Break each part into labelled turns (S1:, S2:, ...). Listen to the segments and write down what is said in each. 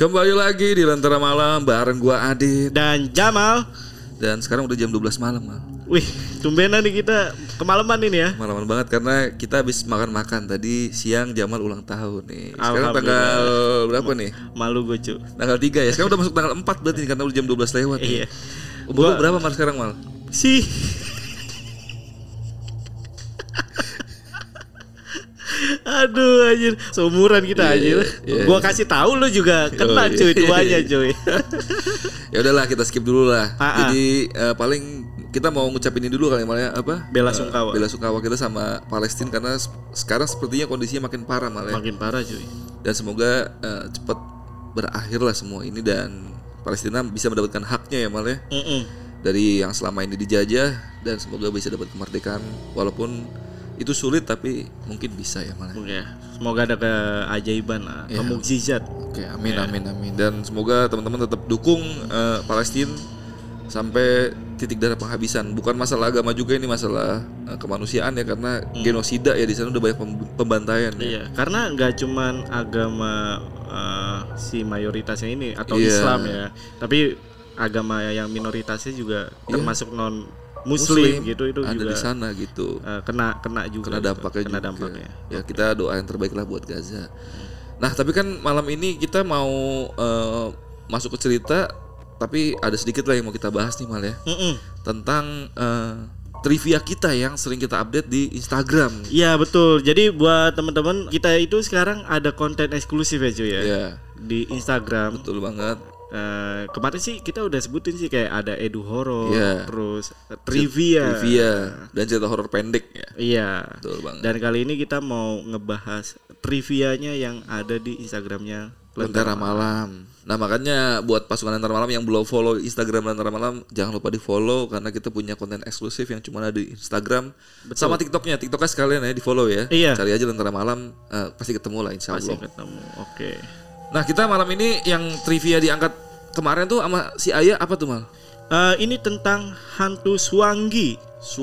S1: Kembali lagi di Lentera Malam bareng gua Adit
S2: dan Jamal.
S1: Dan sekarang udah jam 12 malam, Mal.
S2: Wih, tumbenan nih kita kemalaman ini ya.
S1: Malaman banget karena kita habis makan-makan tadi siang. Jamal ulang tahun nih. Sekarang tanggal berapa nih?
S2: Malu gue, cu.
S1: Tanggal 3 ya. Sekarang udah masuk tanggal 4 berarti karena udah jam 12 lewat.
S2: Iya.
S1: Umur berapa Mal sekarang, Mal?
S2: Sih. Aduh anjir, seumuran kita anjir. Gua kasih tahu lu juga kena cuy, tuanya cuy.
S1: Ya udahlah kita skip dulu lah. Jadi paling kita mau ngucapin ini dulu kali ya apa?
S2: Bela sungkawa.
S1: Bela sungkawa kita sama Palestina karena sekarang sepertinya kondisinya makin parah malah.
S2: Makin parah cuy.
S1: Dan semoga cepat berakhir lah semua ini dan Palestina bisa mendapatkan haknya ya malah. Dari yang selama ini dijajah dan semoga bisa dapat kemerdekaan walaupun itu sulit tapi mungkin bisa ya malah.
S2: Oke, semoga ada keajaiban lah, ya. Mukjizat.
S1: Oke, amin ya. amin. Dan semoga teman-teman tetap dukung Palestina sampai titik darah penghabisan. Bukan masalah agama juga ini masalah kemanusiaan ya karena genosida ya di sana udah banyak pembantaian.
S2: Iya, ya. Karena nggak cuman agama si mayoritasnya ini atau Islam ya, tapi agama yang minoritasnya juga termasuk non Muslim gitu itu
S1: ada
S2: juga
S1: di sana gitu.
S2: Kena juga
S1: dampaknya dampaknya. Ya kita doa yang terbaik lah buat Gaza. Nah, tapi kan malam ini kita mau masuk ke cerita tapi ada sedikit lah yang mau kita bahas nih Mal ya. Tentang trivia kita yang sering kita update di Instagram.
S2: Iya betul. Jadi buat teman-teman kita itu sekarang ada konten eksklusif ya cuy ya.
S1: Iya.
S2: Di Instagram.
S1: Betul banget.
S2: Kemarin sih kita udah sebutin sih kayak ada edu horor, terus
S1: trivia dan cerita horor pendek ya.
S2: Iya.
S1: Betul banget.
S2: Dan kali ini kita mau ngebahas trivianya yang ada di Instagramnya
S1: Lentera Malam. Nah makanya buat pasukan Lentera Malam yang belum follow Instagram Lentera Malam jangan lupa di follow karena kita punya konten eksklusif yang cuma ada di Instagram. Betul. Sama TikToknya sekalian ya di follow ya.
S2: Iya.
S1: Cari aja Lentera Malam pasti ketemu lah insya Allah.
S2: Pasti ketemu. Oke.
S1: Nah kita malam ini yang trivia diangkat kemarin tuh sama si Ayah apa tuh Mal?
S2: Ini tentang hantu Suanggi.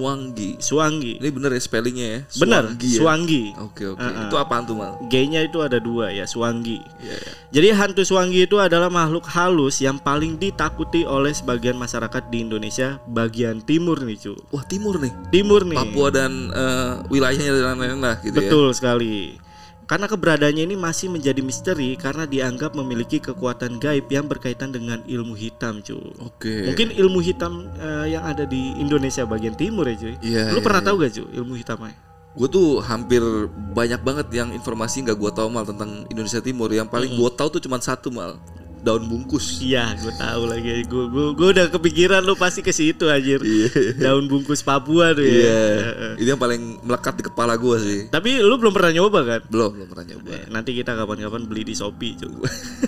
S1: Ini bener ya spellingnya ya?
S2: Bener, Suanggi.
S1: Oke. Itu apaan tuh Mal?
S2: G-nya itu ada 2 ya, Suanggi.
S1: Yeah.
S2: Jadi hantu Suanggi itu adalah makhluk halus yang paling ditakuti oleh sebagian masyarakat di Indonesia bagian timur nih cu.
S1: Wah timur nih? Papua dan wilayahnya dan lain-lain lah gitu.
S2: Betul sekali. Karena keberadaannya ini masih menjadi misteri karena dianggap memiliki kekuatan gaib yang berkaitan dengan ilmu hitam, cuy.
S1: Oke.
S2: Mungkin ilmu hitam yang ada di Indonesia bagian timur ya, cuy. Lu pernah tahu gak, cuy, ilmu hitamnya?
S1: Gue tuh hampir banyak banget yang informasi nggak gue tahu Mal tentang Indonesia Timur. Yang paling gue tahu tuh cuma satu Mal. Daun bungkus.
S2: Iya, gue tahu lagi. Gue udah kepikiran lu pasti ke situ anjir. Daun bungkus Papua tuh ya.
S1: Iya. Itu yang paling melekat di kepala gue sih.
S2: Tapi lu belum pernah nyoba kan?
S1: Belum pernah nyoba.
S2: Nanti kita kapan-kapan beli di Shopee coba.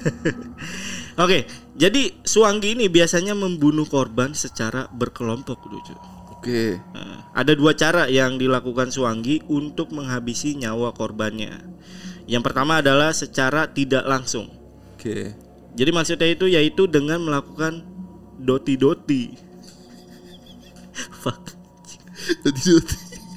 S2: Oke, jadi Suanggi ini biasanya membunuh korban secara berkelompok lucu.
S1: Oke.
S2: Ada 2 cara yang dilakukan Suanggi untuk menghabisi nyawa korbannya. Yang pertama adalah secara tidak langsung.
S1: Oke.
S2: Jadi maksudnya itu yaitu dengan melakukan doti-doti. Fuck.
S1: Doti-doti.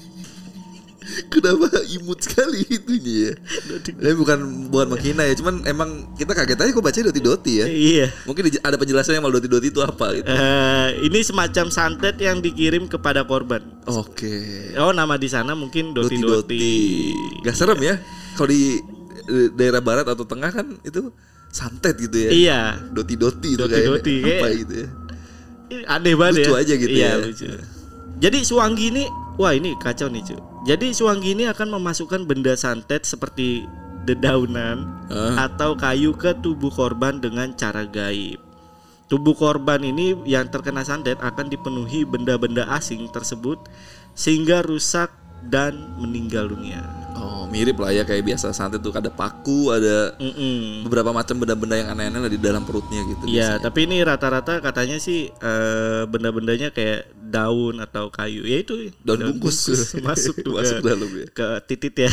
S1: Kenapa imut sekali itunya ya? Ini bukan menghina ya, cuman emang kita kaget aja kok baca doti-doti ya.
S2: Iya.
S1: Mungkin ada penjelasannya mal doti-doti itu apa gitu.
S2: Ini semacam santet yang dikirim kepada korban.
S1: Oke.
S2: Oh, nama di sana mungkin doti-doti.
S1: Gak serem ya? Kalau di daerah barat atau tengah kan itu santet gitu ya.
S2: Iya.
S1: Doti-doti itu
S2: doti-doti
S1: kayak apa gitu ya.
S2: Aneh banget
S1: lucu
S2: ya.
S1: Lucu aja gitu
S2: iya,
S1: ya.
S2: Lucu. Jadi Suanggi ini, wah ini kacau nih cu. Jadi Suanggi ini akan memasukkan benda santet seperti dedaunan atau kayu ke tubuh korban dengan cara gaib. Tubuh korban ini yang terkena santet akan dipenuhi benda-benda asing tersebut sehingga rusak dan meninggal dunia.
S1: Oh, mirip lah ya kayak biasa santet tuh ada paku, ada beberapa macam benda-benda yang aneh-aneh lah di dalam perutnya gitu.
S2: Iya, tapi ini rata-rata katanya sih benda-bendanya kayak daun atau kayu. Ya itu
S1: daun bungkus
S2: masuk tuh
S1: masuk dalam ya.
S2: Ke titit ya.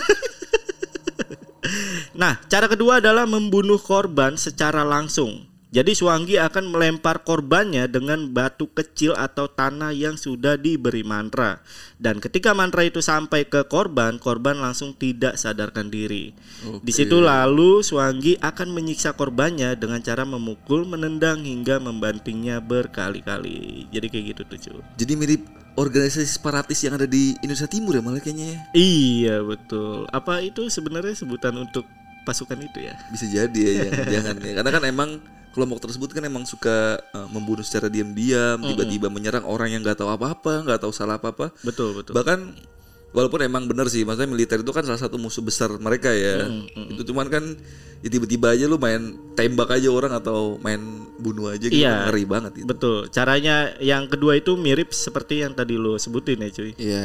S2: Nah, cara kedua adalah membunuh korban secara langsung. Jadi Swangi akan melempar korbannya dengan batu kecil atau tanah yang sudah diberi mantra. Dan ketika mantra itu sampai ke korban langsung tidak sadarkan diri. Di situ lalu Swangi akan menyiksa korbannya dengan cara memukul, menendang hingga membantingnya berkali-kali. Jadi kayak gitu tuh, cuy.
S1: Jadi mirip organisasi separatis yang ada di Indonesia Timur ya malah kayaknya.
S2: Iya, betul. Apa itu sebenarnya sebutan untuk pasukan itu ya?
S1: Bisa jadi ya, jangan ya. Karena kan emang kelompok tersebut kan emang suka membunuh secara diam-diam, tiba-tiba menyerang orang yang nggak tahu apa-apa, nggak tahu salah apa-apa.
S2: Betul.
S1: Bahkan walaupun emang benar sih, maksudnya militer itu kan salah satu musuh besar mereka ya. Itu cuman kan ya tiba-tiba aja lu main tembak aja orang atau main bunuh aja gitu,
S2: iya,
S1: ngeri banget gitu.
S2: Betul. Caranya yang kedua itu mirip seperti yang tadi lu sebutin ya, cuy.
S1: Iya.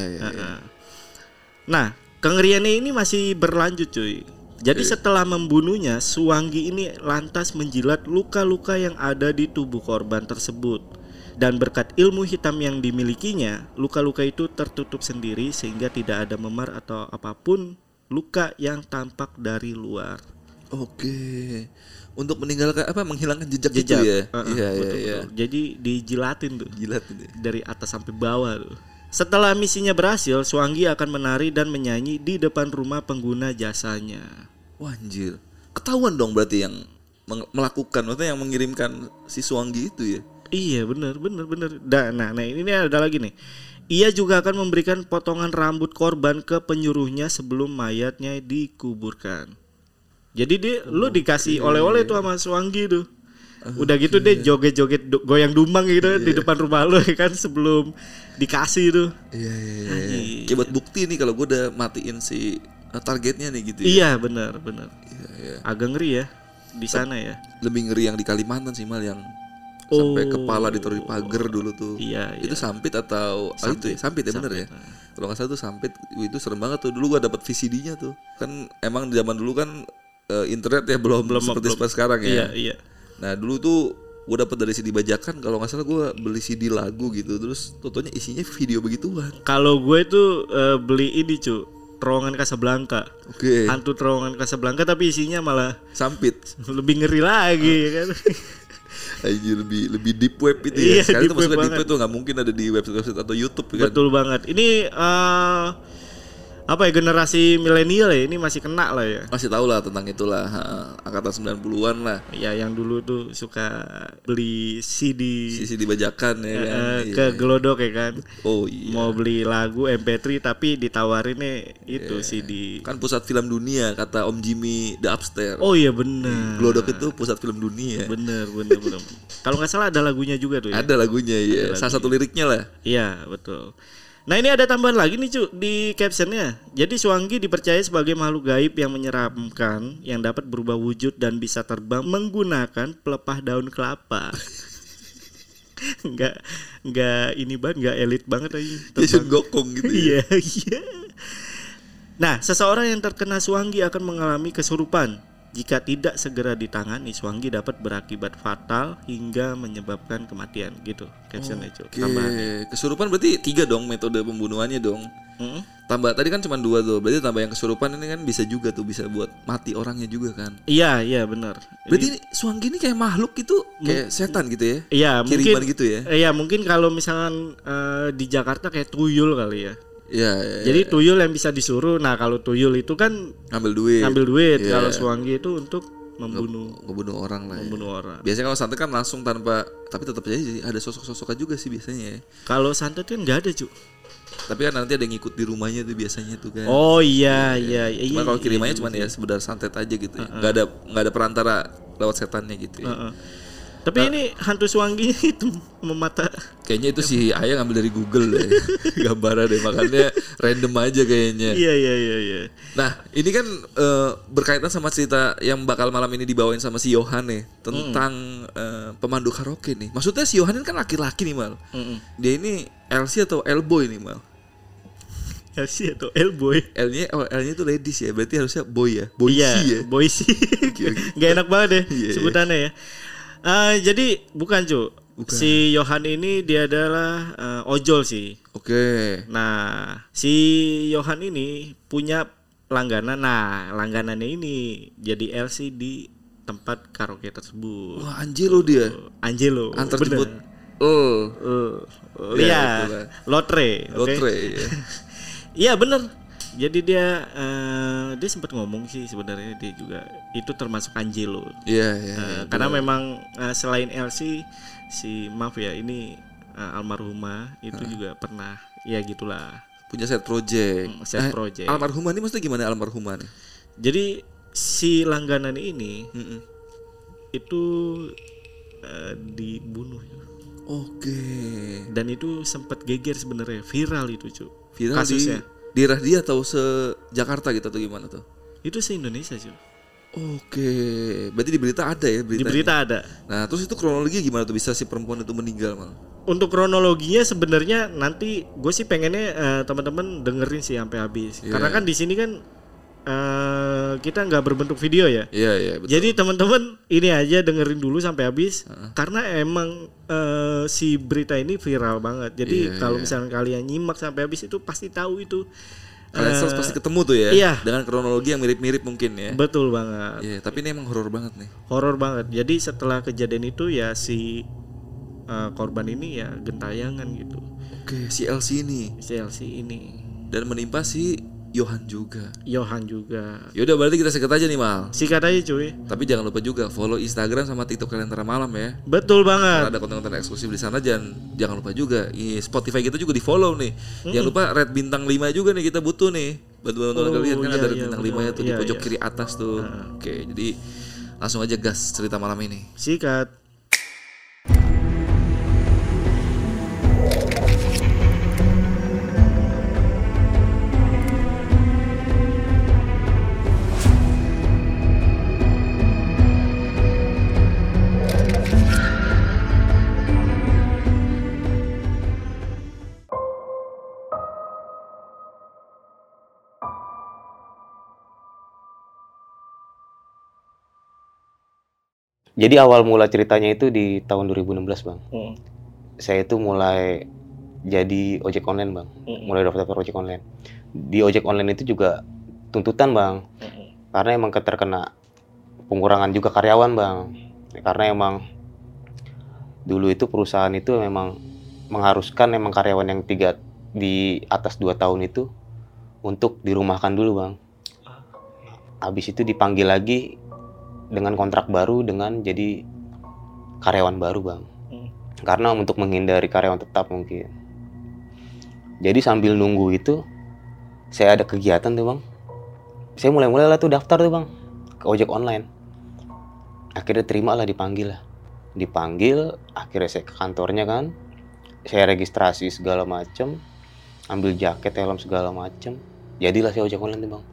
S2: Nah, kengeriannya ini masih berlanjut, cuy. Jadi setelah membunuhnya, Swangi ini lantas menjilat luka-luka yang ada di tubuh korban tersebut. Dan berkat ilmu hitam yang dimilikinya, luka-luka itu tertutup sendiri sehingga tidak ada memar atau apapun luka yang tampak dari luar.
S1: Oke. Untuk meninggalkan menghilangkan jejak itu ya. Iya.
S2: Jadi dijilatin tuh.
S1: Jilatin ya.
S2: Dari atas sampai bawah tuh. Setelah misinya berhasil, Swangi akan menari dan menyanyi di depan rumah pengguna jasanya.
S1: Wah, anjir. Ketahuan dong berarti yang melakukan, maksudnya yang mengirimkan si Swangi itu ya.
S2: Iya, benar. Nah, ini ada lagi nih. Ia juga akan memberikan potongan rambut korban ke penyuruhnya sebelum mayatnya dikuburkan. Jadi lu dikasih oleh-oleh tuh sama Swangi tuh. Udah gitu deh joget-joget goyang dumbang gitu di depan rumah lu kan sebelum dikasih tuh.
S1: Iya. Kayak buat bukti nih kalau gue udah matiin si targetnya nih gitu ya.
S2: Iya, benar.
S1: Iya.
S2: Agak ngeri ya di sana ya.
S1: Lebih ngeri yang di Kalimantan sih mal, yang sampai kepala ditaruh di pagar dulu tuh.
S2: Iya.
S1: Itu sampit atau itu ya? Sampit ya, bener ya. Kalau nggak salah tuh sampit. Itu serem banget tuh. Dulu gue dapet VCD-nya tuh. Kan emang zaman dulu kan internet ya belum seperti sekarang ya.
S2: Iya.
S1: Nah dulu tuh gue dapet dari CD bajakan, kalau nggak salah gue beli CD lagu gitu, terus totonya isinya video begituan.
S2: Kalau gue tuh beli ini cu, Terowongan Casablanca.
S1: Oke.
S2: Hantu Terowongan Casablanca tapi isinya malah
S1: sampit.
S2: Lebih ngeri lagi kan.
S1: Aja lebih deep web itu ya. Sekarang itu maksudnya deep web tuh nggak mungkin ada di website atau YouTube kan.
S2: Betul banget. Ini generasi milenial ya, ini masih kena lah ya.
S1: Masih tahu lah tentang itulah, angkatan 90-an lah.
S2: Ya yang dulu tuh suka beli CD
S1: bajakan ya kan.
S2: Ke Glodok ya kan.
S1: Oh iya.
S2: Mau beli lagu MP3 tapi ditawarinnya itu CD.
S1: Kan pusat film dunia kata Om Jimmy The Upstairs.
S2: Oh iya benar.
S1: Glodok itu pusat film dunia.
S2: Bener. Kalau nggak salah ada lagunya juga tuh ya.
S1: Ada lagunya ya. Salah satu liriknya lah.
S2: Iya betul. Nah ini ada tambahan lagi nih cu di captionnya. Jadi Swangi dipercaya sebagai makhluk gaib yang menyeramkan, yang dapat berubah wujud dan bisa terbang menggunakan pelepah daun kelapa. Nggak ini banget, nggak elit banget aja.
S1: Jason Gokong gitu ya.
S2: Iya. Nah seseorang yang terkena Swangi akan mengalami kesurupan. Jika tidak segera ditangani, Swangi dapat berakibat fatal hingga menyebabkan kematian gitu. Captionnya cu.
S1: Kesurupan berarti 3 dong metode pembunuhannya dong. Tambah tadi kan cuma 2 tuh. Berarti tambah yang kesurupan ini kan bisa juga tuh, bisa buat mati orangnya juga kan.
S2: Iya benar.
S1: Berarti Swangi ini kayak makhluk gitu, kayak setan gitu ya.
S2: Iya
S1: kiriman
S2: mungkin
S1: gitu ya.
S2: Iya mungkin kalau misalkan di Jakarta kayak tuyul kali ya.
S1: Iya.
S2: Jadi tuyul yang bisa disuruh. Nah kalau tuyul itu kan
S1: ngambil duit.
S2: Ya. Kalau Swangi itu untuk
S1: membunuh orang lah.
S2: Membunuh orang.
S1: Biasanya kalau santet kan langsung tanpa, tapi tetap aja ada sosok-sosoknya juga sih biasanya ya.
S2: Kalau santet kan nggak ada cu.
S1: Tapi kan nanti ada yang ngikut di rumahnya tuh biasanya tuh kan.
S2: Oh iya.
S1: Cuma kalau kirimannya cuma ya sekedar santet aja gitu. Nggak ada perantara lewat setannya gitu ya.
S2: Tapi ini hantu Swangi itu memata.
S1: Kayaknya itu si Ayah ngambil dari Google deh. Gambarnya deh, makanya random aja kayaknya.
S2: Iya.
S1: Nah ini kan berkaitan sama cerita yang bakal malam ini dibawain sama si Yohan nih, tentang pemandu karaoke nih. Maksudnya si Yohan kan laki-laki nih Mal. Dia ini LC atau L-boy nih Mal?
S2: LC atau L-boy?
S1: L-nya itu ladies ya, berarti harusnya boy ya. Boy ya.
S2: Boy sih. Gak enak banget deh sebutannya ya. Jadi bukan cu. Si Yohan ini dia adalah ojol sih.
S1: Oke.
S2: Nah si Yohan ini punya langganan. Nah langganannya ini jadi LC di tempat karaoke tersebut.
S1: Wah, Angelo dia.
S2: Angelo.
S1: Antar
S2: bener.
S1: jemput.
S2: Iya,
S1: itulah.
S2: lotre.
S1: Lotre.
S2: Okay? Iya bener. Jadi dia sempat ngomong sih sebenarnya dia juga itu termasuk Angelo.
S1: Iya.
S2: Karena memang selain Elsie maaf ya ini almarhumah itu juga pernah ya gitulah.
S1: Punya set project.
S2: Project.
S1: Almarhumah ini maksudnya gimana almarhumah nih?
S2: Jadi si langganan ini itu dibunuh.
S1: Oke.
S2: Dan itu sempat geger sebenarnya, viral itu, Cuk.
S1: Viral kasusnya. Di daerah dia atau se-Jakarta gitu atau gimana tuh?
S2: Itu se-Indonesia, Cuk.
S1: Oke. Berarti di berita ada ya beritanya?
S2: Di berita ada.
S1: Nah, terus itu kronologi gimana tuh bisa si perempuan itu meninggal, Mal?
S2: Untuk kronologinya sebenarnya nanti gue sih pengennya teman-teman dengerin sih sampai habis. Karena kan di sini kan kita nggak berbentuk video ya.
S1: Iya betul.
S2: Jadi teman-teman ini aja dengerin dulu sampai habis karena emang si berita ini viral banget. Jadi kalau misalnya kalian nyimak sampai habis itu pasti tahu itu.
S1: Kalian pasti ketemu tuh ya.
S2: Iya.
S1: Dengan kronologi yang mirip-mirip mungkin ya.
S2: Betul banget.
S1: Iya, tapi ini emang horor banget nih.
S2: Horor banget. Jadi setelah kejadian itu ya si korban ini ya gentayangan gitu.
S1: Oke, si Elsie ini. Dan menimpa si Johan juga. Yaudah berarti kita sikat aja nih, Mal.
S2: Sikat aja cuy.
S1: Tapi jangan lupa juga follow Instagram sama TikTok Kalentera Malam ya.
S2: Betul banget.
S1: Karena ada konten-konten eksklusif di sana dan jangan lupa juga Spotify kita juga di follow nih. Jangan lupa red bintang 5 juga nih kita butuh nih. Bantu-bantu kalian kan ada red bintang 5 ya tuh di pojok kiri atas tuh. Oke, jadi langsung aja gas cerita malam ini.
S2: Sikat.
S3: Jadi awal mula ceritanya itu di tahun 2016, Bang. Saya itu mulai jadi ojek online, Bang. Mulai daftar ojek online. Di ojek online itu juga tuntutan, Bang. Karena emang terkena pengurangan juga karyawan, Bang. Karena emang dulu itu perusahaan itu memang mengharuskan emang karyawan yang di atas 2 tahun itu untuk dirumahkan dulu, Bang. Habis itu dipanggil lagi dengan kontrak baru dengan jadi karyawan baru, Bang. Karena untuk menghindari karyawan tetap mungkin. Jadi sambil nunggu itu saya ada kegiatan tuh, Bang. Saya mulai lah tuh daftar tuh, Bang, ke ojek online. Akhirnya terima lah, dipanggil, akhirnya saya ke kantornya kan. Saya registrasi segala macem, ambil jaket, helm segala macem. Jadilah saya ojek online tuh, Bang.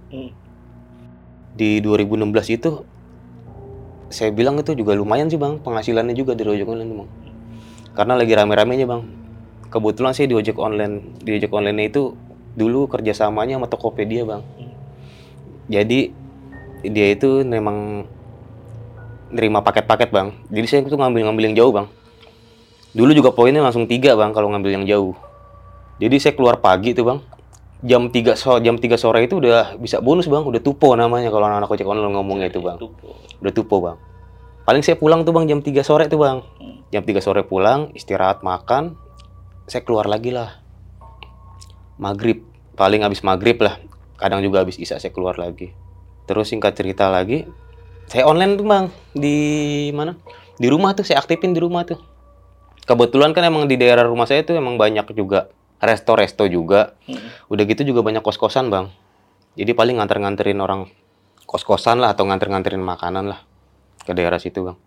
S3: Di 2016 itu saya bilang itu juga lumayan sih, Bang, penghasilannya juga dari ojek online, Bang. Karena lagi rame-ramenya, Bang. Kebetulan saya di ojek online itu dulu kerjasamanya sama Tokopedia, Bang. Jadi dia itu memang nerima paket-paket, Bang. Jadi saya tuh ngambil yang jauh, Bang. Dulu juga poinnya langsung 3, Bang, kalau ngambil yang jauh. Jadi saya keluar pagi tuh, Bang. Jam 3 sore itu udah bisa bonus, Bang. Udah tupo namanya kalau anak-anak ojek online ngomongnya itu, Bang. Udah tupo, Bang. Paling saya pulang tuh, Bang, jam 3 sore tuh, Bang. Jam 3 sore pulang, istirahat, makan. Saya keluar lagi lah. Maghrib. Paling habis maghrib lah. Kadang juga habis isya saya keluar lagi. Terus singkat cerita lagi, saya online tuh, Bang. Di mana? Di rumah tuh, saya aktifin di rumah tuh. Kebetulan kan emang di daerah rumah saya tuh emang banyak juga resto juga. Udah gitu juga banyak kos-kosan, Bang. Jadi paling nganter-nganterin orang kos-kosan lah atau nganter-nganterin makanan lah ke daerah situ, Bang.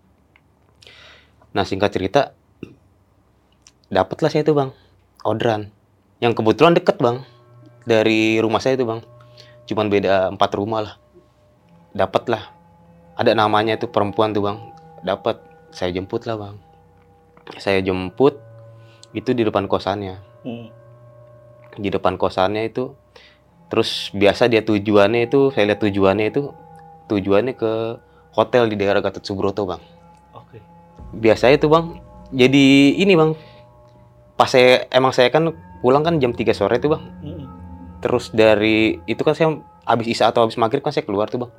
S3: Nah, singkat cerita dapatlah saya tuh, Bang, orderan yang kebetulan deket, Bang, dari rumah saya tuh, Bang. Cuman beda 4 rumah lah. Dapat lah. Ada namanya tuh perempuan tuh, Bang. Dapat. Saya jemput lah, Bang. Saya jemput itu di depan kosannya. Di depan kosannya itu. Terus biasa dia tujuannya itu, saya lihat tujuannya ke hotel di daerah Gatot Subroto, Bang.
S2: Oke.
S3: Biasanya itu, Bang, jadi ini, Bang. Pas saya kan pulang kan jam 3 sore tuh, Bang. Terus dari itu kan saya habis isya atau habis maghrib kan saya keluar tuh, Bang.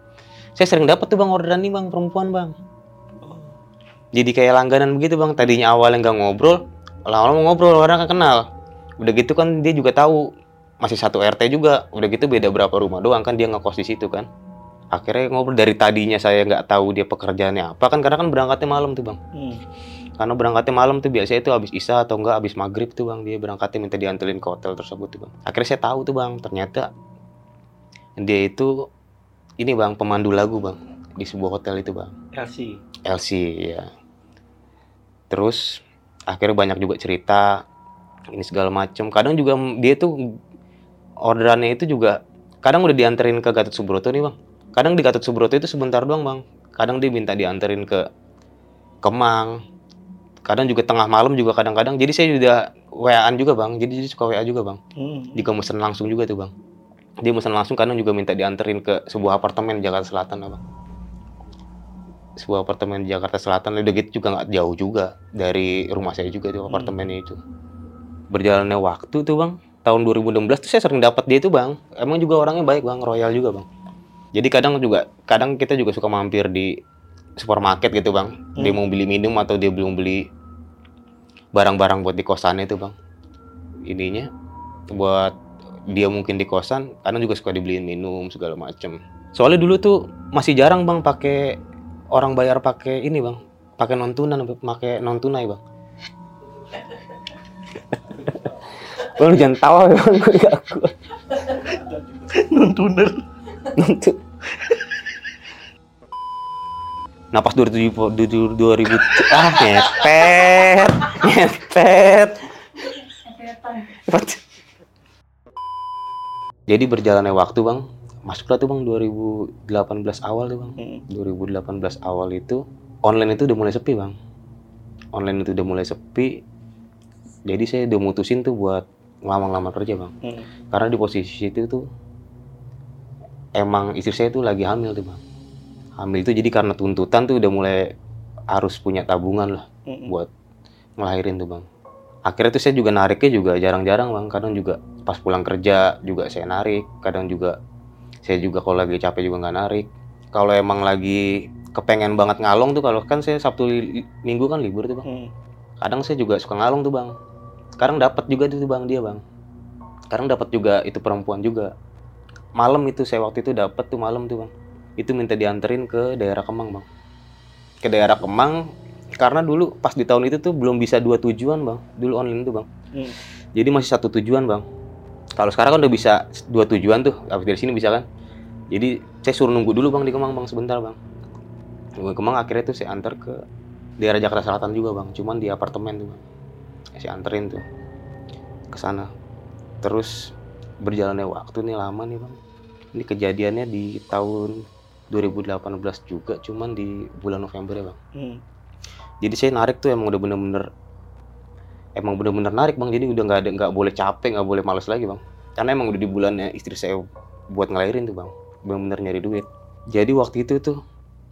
S3: Saya sering dapat tuh bang orderan nih bang perempuan bang. Jadi kayak langganan begitu bang. Tadinya awalnya nggak ngobrol, lama-lama ngobrol, orang kan kenal. Udah gitu kan dia juga tahu masih satu RT juga. Udah gitu beda berapa rumah doang kan dia ngekos di situ kan. Akhirnya ngobrol, dari tadinya saya nggak tahu dia pekerjaannya apa kan, karena kan berangkatnya malam tuh bang. Karena berangkatnya malam tuh biasanya itu habis isya atau enggak habis maghrib tuh bang, dia berangkatnya minta dianterin ke hotel tersebut tuh bang. Akhirnya saya tahu tuh bang, ternyata dia itu ini bang pemandu lagu bang di sebuah hotel itu bang. LC ya. Terus akhirnya banyak juga cerita ini segala macem. Kadang juga dia tuh orderannya itu juga kadang udah dianterin ke Gatot Subroto nih bang. Kadang di Gatot Subroto itu sebentar doang bang. Kadang dia minta dianterin ke Kemang. Kadang juga tengah malam juga kadang-kadang. Jadi saya udah WA-an juga bang. Jadi dia suka WA juga bang. Juga mesen langsung juga tuh bang. Dia mesen langsung, kadang juga minta dianterin ke sebuah apartemen di Jakarta Selatan lah bang. Sebuah apartemen di Jakarta Selatan, udah gitu juga nggak jauh juga dari rumah saya juga tuh apartemennya itu. Berjalannya waktu tuh bang, tahun 2016 tuh saya sering dapat dia itu bang. Emang juga orangnya baik bang, royal juga bang. Jadi kadang kita juga suka mampir di supermarket gitu bang. Dia mau beli minum atau dia belum beli barang-barang buat di kosannya itu bang. Ininya buat dia mungkin di kosan, kadang juga suka dibeliin minum segala macem. Soalnya dulu tuh masih jarang bang pakai orang bayar pakai ini bang, pakai non tunai bang. Bang jangan tawa bang, aku.
S2: Non tuner.
S3: Nah pas 2000 ngepet. Jadi berjalannya waktu bang, masuklah tuh bang 2018 awal tuh bang. 2018 awal itu online itu udah mulai sepi bang. Jadi saya udah mutusin tuh buat ngelamar kerja bang. Karena di posisi itu tuh emang istri saya tuh lagi hamil tuh bang. Hamil itu jadi karena tuntutan tuh udah mulai harus punya tabungan lah buat ngelahirin tuh bang. Akhirnya tuh saya juga nariknya juga jarang-jarang bang. Kadang juga pas pulang kerja juga saya narik. Kadang juga saya juga kalau lagi capek juga nggak narik. Kalau emang lagi kepengen banget ngalong tuh, kalau kan saya Sabtu Minggu kan libur tuh bang. Kadang saya juga suka ngalong tuh bang. Sekarang dapat juga tuh bang dia bang. Sekarang dapat juga itu perempuan juga. Malam itu saya waktu itu dapat tuh malam tuh bang. Itu minta dianterin ke daerah Kemang bang. Ke daerah Kemang karena dulu pas di tahun itu tuh belum bisa 2 tujuan bang. Dulu online tuh bang. Jadi masih 1 tujuan bang. Kalau sekarang kan udah bisa 2 tujuan tuh. Habis dari sini bisa kan. Jadi saya suruh nunggu dulu bang di Kemang bang sebentar bang. Nunggu Kemang akhirnya tuh saya antar ke daerah Jakarta Selatan juga bang. Cuman di apartemen tuh bang. Saya anterin tuh ke sana. Terus berjalannya waktu nih lama nih bang. Ini kejadiannya di tahun 2018 juga, cuman di bulan November ya bang. Jadi saya narik tuh emang udah bener-bener narik bang. Jadi udah nggak boleh capek, nggak boleh malas lagi bang. Karena emang udah di bulannya istri saya buat ngelahirin tuh bang. Bener-bener nyari duit. Jadi waktu itu tuh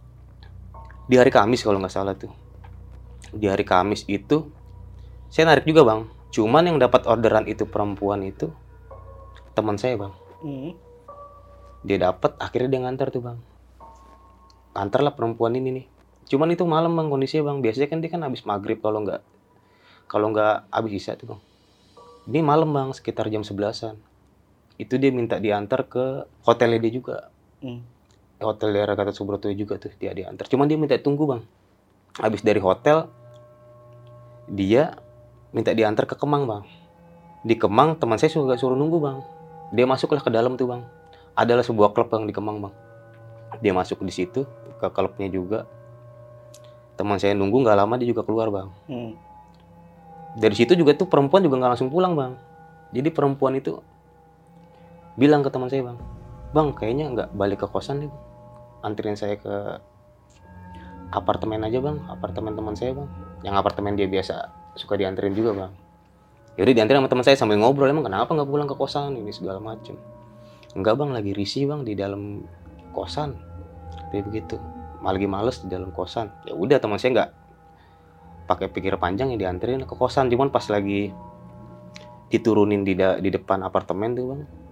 S3: di hari Kamis kalau nggak salah tuh. Di hari Kamis itu saya narik juga bang. Cuman yang dapat orderan itu perempuan itu teman saya bang. Dia dapat, akhirnya dia nganter tuh bang. Nganter lah perempuan ini nih. Cuman itu malam bang kondisinya bang. Biasanya kan dia kan habis maghrib kalau nggak habis isya tuh bang. Ini malam bang sekitar jam 11-an. Itu dia minta diantar ke hotelnya dia juga. Hotel daerah Gatot Subroto juga tuh dia diantar. Cuman dia minta tunggu bang. Habis dari hotel dia minta diantar ke Kemang bang. Di Kemang teman saya juga suruh nunggu bang. Dia masuklah ke dalam tuh bang. Adalah sebuah klub yang di Kemang bang. Dia masuk di situ ke klubnya juga. Teman saya nunggu nggak lama dia juga keluar bang. Dari situ juga tuh perempuan juga nggak langsung pulang bang. Jadi perempuan itu bilang ke teman saya bang, kayaknya nggak balik ke kosan nih bang. Anterin saya ke apartemen aja bang, apartemen teman saya bang. Yang apartemen dia biasa suka dianterin juga bang. Yaudah dianterin sama teman saya sambil ngobrol, emang kenapa nggak pulang ke kosan ini segala macem. Enggak bang, lagi risih bang di dalam kosan. Kayak begitu. Lagi males di dalam kosan. Ya udah teman saya nggak pakai pikir panjang ya dianterin ke kosan. Cuman pas lagi diturunin di depan apartemen tuh bang,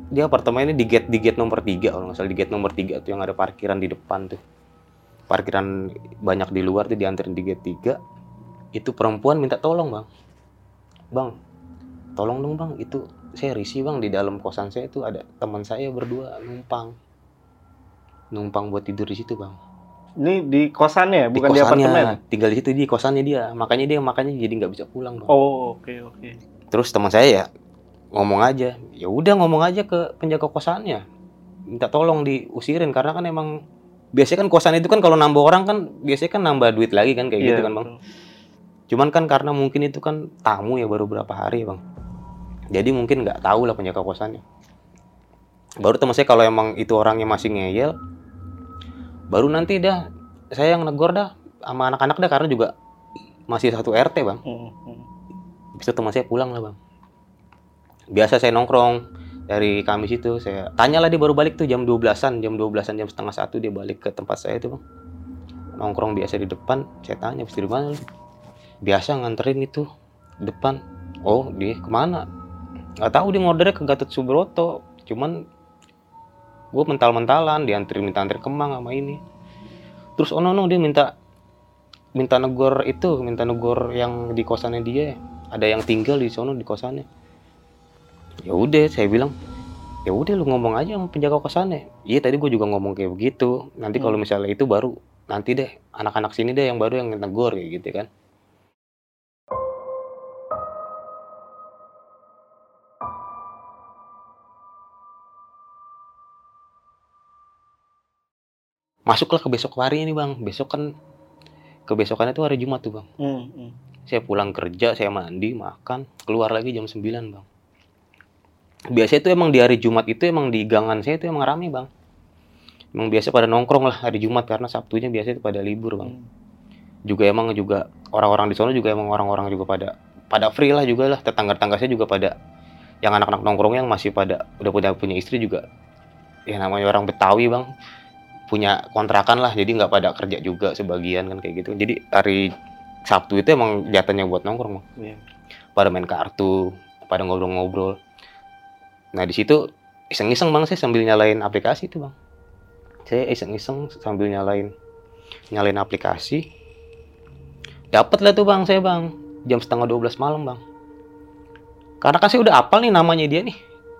S3: dia apartemennya di gate nomor 3 kalau nggak salah, di gate nomor 3 tuh yang ada parkiran di depan tuh. Parkiran banyak di luar tuh, dianterin di gate 3. Itu perempuan minta tolong, Bang. Bang, tolong dong, Bang. Itu saya risih, Bang, di dalam kosan saya tuh ada teman saya berdua numpang buat tidur di situ, Bang.
S2: Ini di kosannya, bukan di apartemen.
S3: Tinggal di situ, di kosannya dia. Makanya jadi nggak bisa pulang, Bang.
S2: Oh, oke.
S3: Terus teman saya ya ngomong aja. Ya udah ngomong aja ke penjaga kosannya. Minta tolong diusirin karena kan emang biasanya kan kosan itu kan kalau nambah orang kan biasanya kan nambah duit lagi kan kayak gitu kan, Bang. Cuman kan karena mungkin itu kan tamu ya baru berapa hari, Bang. Jadi mungkin nggak tahu lah penjaga kosannya. Baru teman saya kalau emang itu orangnya masih ngeyel, baru nanti dah saya yang negor dah sama anak-anak dah karena juga masih satu RT, Bang. Bisa teman saya pulang lah, Bang. Biasa saya nongkrong dari Kamis itu, saya tanyalah dia baru balik tuh jam 12-an, jam setengah 1 dia balik ke tempat saya itu, Bang. Nongkrong biasa di depan, saya tanya, "Habis dari mana lu?" Biasa nganterin itu depan. Oh, dia kemana? Nggak tahu, dia ngordernya ke Gatot Subroto. Cuman gue mental-mentalan, minta anterin Kemang sama ini. Terus dia minta negor yang di kosannya dia. Ada yang tinggal di sono di kosannya. Ya udah, saya bilang, ya udah lu ngomong aja sama penjaga kosannya. Iya, tadi gue juga ngomong kayak begitu. Nanti kalau misalnya itu baru nanti deh anak-anak sini deh yang baru yang negor kayak gitu kan. Masuklah ke besok hari ini, Bang. Kebesokannya itu hari Jumat tuh, Bang. Saya pulang kerja, saya mandi, makan, keluar lagi jam 9, Bang. Biasanya itu emang di hari Jumat itu emang di gangan saya itu emang rame, Bang. Emang biasa pada nongkrong lah hari Jumat karena Sabtunya biasanya itu pada libur, Bang. Juga orang-orang di sana juga emang orang-orang juga pada free lah juga lah. Tetangga-tetangga saya juga pada yang anak-anak nongkrong yang masih pada udah punya istri juga. Ya namanya orang Betawi, Bang. Punya kontrakan lah, jadi nggak pada kerja juga sebagian kan kayak gitu. Jadi hari Sabtu itu emang jatuhnya buat nongkrong, Bang. Pada main kartu, pada ngobrol-ngobrol. Nah di situ iseng-iseng, Bang, saya sambil nyalain aplikasi itu, Bang. Saya iseng-iseng sambil nyalain aplikasi. Dapat lah tuh, Bang, saya, Bang, jam 11:30 malam, Bang. Karena kan saya udah hafal nih namanya dia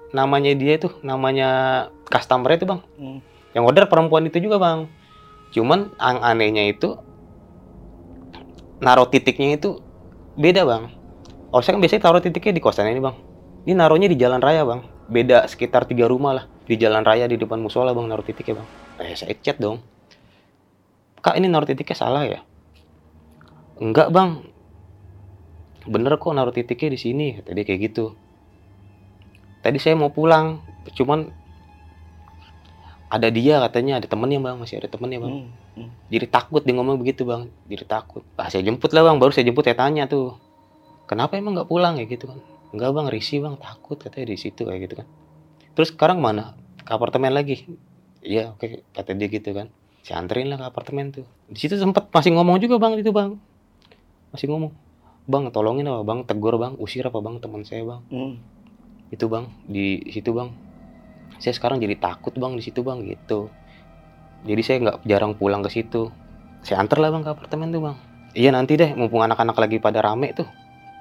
S3: customer itu, Bang. Yang order perempuan itu juga, Bang. Cuman yang anehnya itu naruh titiknya itu beda, Bang. Oh, saya kan biasanya taruh titiknya di kosan ini, Bang. Ini naruhnya di jalan raya, Bang. Beda sekitar 3 rumah lah. Di jalan raya di depan musola, Bang, naruh titiknya, Bang. Saya chat dong. "Kak, ini naruh titiknya salah ya?" "Enggak, Bang. Bener kok naruh titiknya di sini," kata dia kayak gitu. "Tadi saya mau pulang, cuman ada dia katanya, ada temennya, Bang, masih ada temennya, Bang." Jadi takut dia ngomong begitu, Bang. Jadi takut. Saya jemput lah, Bang. Baru saya jemput, saya tanya tuh, "Kenapa emang nggak pulang?" kayak gitu kan. "Enggak, Bang, risih, Bang, takut," katanya di situ kayak gitu kan. "Terus sekarang mana?" "Ke apartemen lagi." "Iya, oke," kata dia gitu kan. Saya anterin lah ke apartemen tuh. Di situ sempet masih ngomong juga, Bang, itu, Bang. Masih ngomong, "Bang, tolongin apa, Bang? Tegur, Bang. Usir apa, Bang, teman saya, Bang." Itu, Bang, di situ, Bang. Saya sekarang jadi takut, Bang, di situ, Bang, gitu. Jadi saya jarang pulang ke situ. Saya anter lah, Bang, ke apartemen tuh, Bang. Iya, nanti deh, mumpung anak-anak lagi pada rame tuh.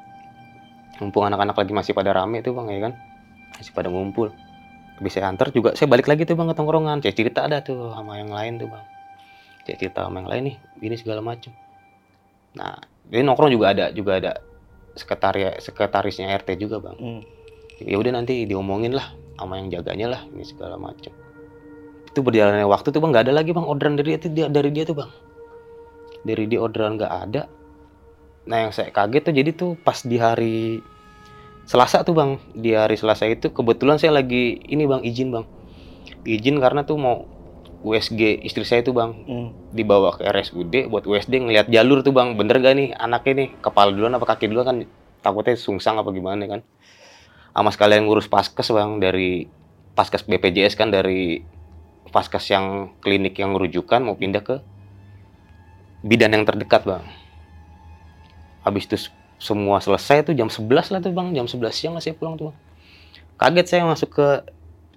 S3: Masih pada rame tuh, Bang, ya kan. Masih pada ngumpul. Habis saya anter juga, saya balik lagi tuh, Bang, ke tongkrongan. Saya cerita ada tuh sama yang lain tuh, Bang. Saya cerita sama yang lain nih, ini segala macam. Nah, jadi nongkrong juga ada sekretarisnya RT juga, Bang. Ya udah nanti diomongin lah sama yang jaganya lah, ini segala macam. Itu berjalannya waktu tuh, Bang, nggak ada lagi, Bang, orderan dari dia tuh, Bang. Dari dia orderan nggak ada. Nah, yang saya kaget tuh jadi tuh pas di hari Selasa tuh, Bang. Di hari Selasa itu kebetulan saya lagi ini, Bang, izin, Bang. Izin karena tuh mau USG istri saya tuh, Bang. Dibawa ke RSUD buat USG, ngelihat jalur tuh, Bang. Bener gak nih anaknya nih, kepala duluan apa kaki duluan kan, takutnya sungsang apa gimana kan. Sama sekalian ngurus paskes, Bang, dari paskes BPJS kan, dari paskes yang klinik yang rujukan mau pindah ke bidan yang terdekat, Bang. Habis itu semua selesai tuh jam 11 lah tuh, Bang. Jam 11 siang lah saya pulang tuh, Bang. Kaget saya masuk ke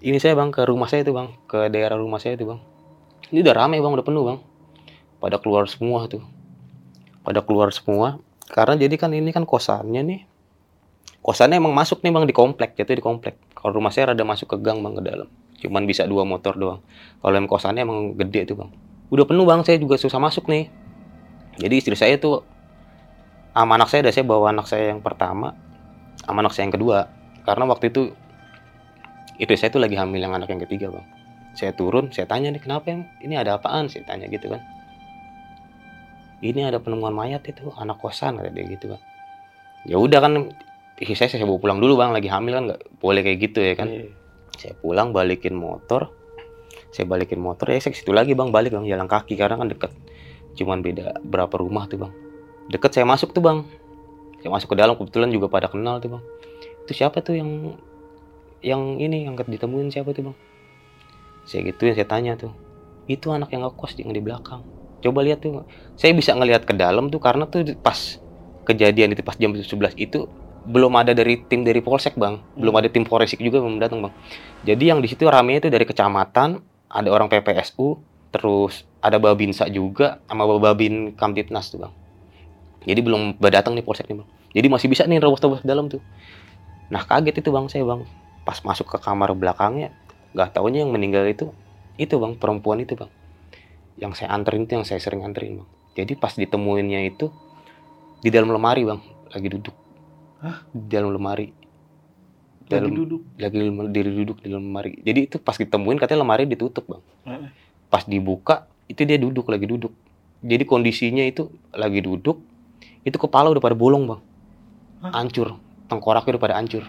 S3: ini saya bang, ke rumah saya itu bang, ke daerah rumah saya itu bang. Ini udah rame bang, udah penuh bang. Pada keluar semua tuh. Pada keluar semua. Karena jadi kan ini kan kosannya nih. Kosannya emang masuk nih bang di komplek, jatuh di komplek. Kalau rumah saya rada masuk ke gang bang, ke dalam. Cuman bisa 2 motor doang. Kalau yang kosannya emang gede tuh bang. Udah penuh bang, saya juga susah masuk nih. Jadi istri saya tuh sama anak saya, saya bawa anak saya yang pertama sama anak saya yang kedua. Karena waktu itu saya tuh lagi hamil yang anak yang ketiga bang. Saya turun, saya tanya nih kenapa yang ini ada apaan? Saya tanya gitu kan. Ini ada penemuan mayat itu anak kosan kata dia gitu kan. Ya udah kan, saya bawa pulang dulu bang, lagi hamil kan nggak boleh kayak gitu ya kan. Saya pulang balikin motor, ya saya ke situ lagi bang, balik bang jalan kaki karena kan deket. Cuman beda berapa rumah tuh bang. Deket saya masuk tuh bang. Saya masuk ke dalam, kebetulan juga pada kenal tuh bang. Itu siapa tuh yang ini yang ditemuin siapa tuh bang? Saya gituin, saya tanya tuh. Itu anak yang ngekos yang di belakang. Coba lihat tuh. Saya bisa ngelihat ke dalam tuh karena tuh pas kejadian itu pas jam 11 itu belum ada tim dari polsek bang, belum ada tim forensik juga belum datang bang. Jadi yang di situ ramenya itu dari kecamatan, ada orang PPSU, terus ada Babinsa juga sama Babin Kamtipnas tuh bang. Jadi belum datang nih polsek nih bang. Jadi masih bisa nih robos-robos dalam tuh. Nah kaget itu bang saya bang, pas masuk ke kamar belakangnya, nggak taunya yang meninggal itu bang, perempuan itu bang. Yang saya anterin itu, yang saya sering anterin bang. Jadi pas ditemuinnya itu di dalam lemari bang, lagi duduk.
S2: Hah?
S3: Di dalam lemari.
S2: Lagi duduk
S3: Di dalam lemari. Jadi itu pas ditemuin katanya lemari ditutup bang. Pas dibuka itu dia lagi duduk. Jadi kondisinya itu lagi duduk, itu kepala udah pada bolong bang. Hancur, tengkoraknya udah pada hancur.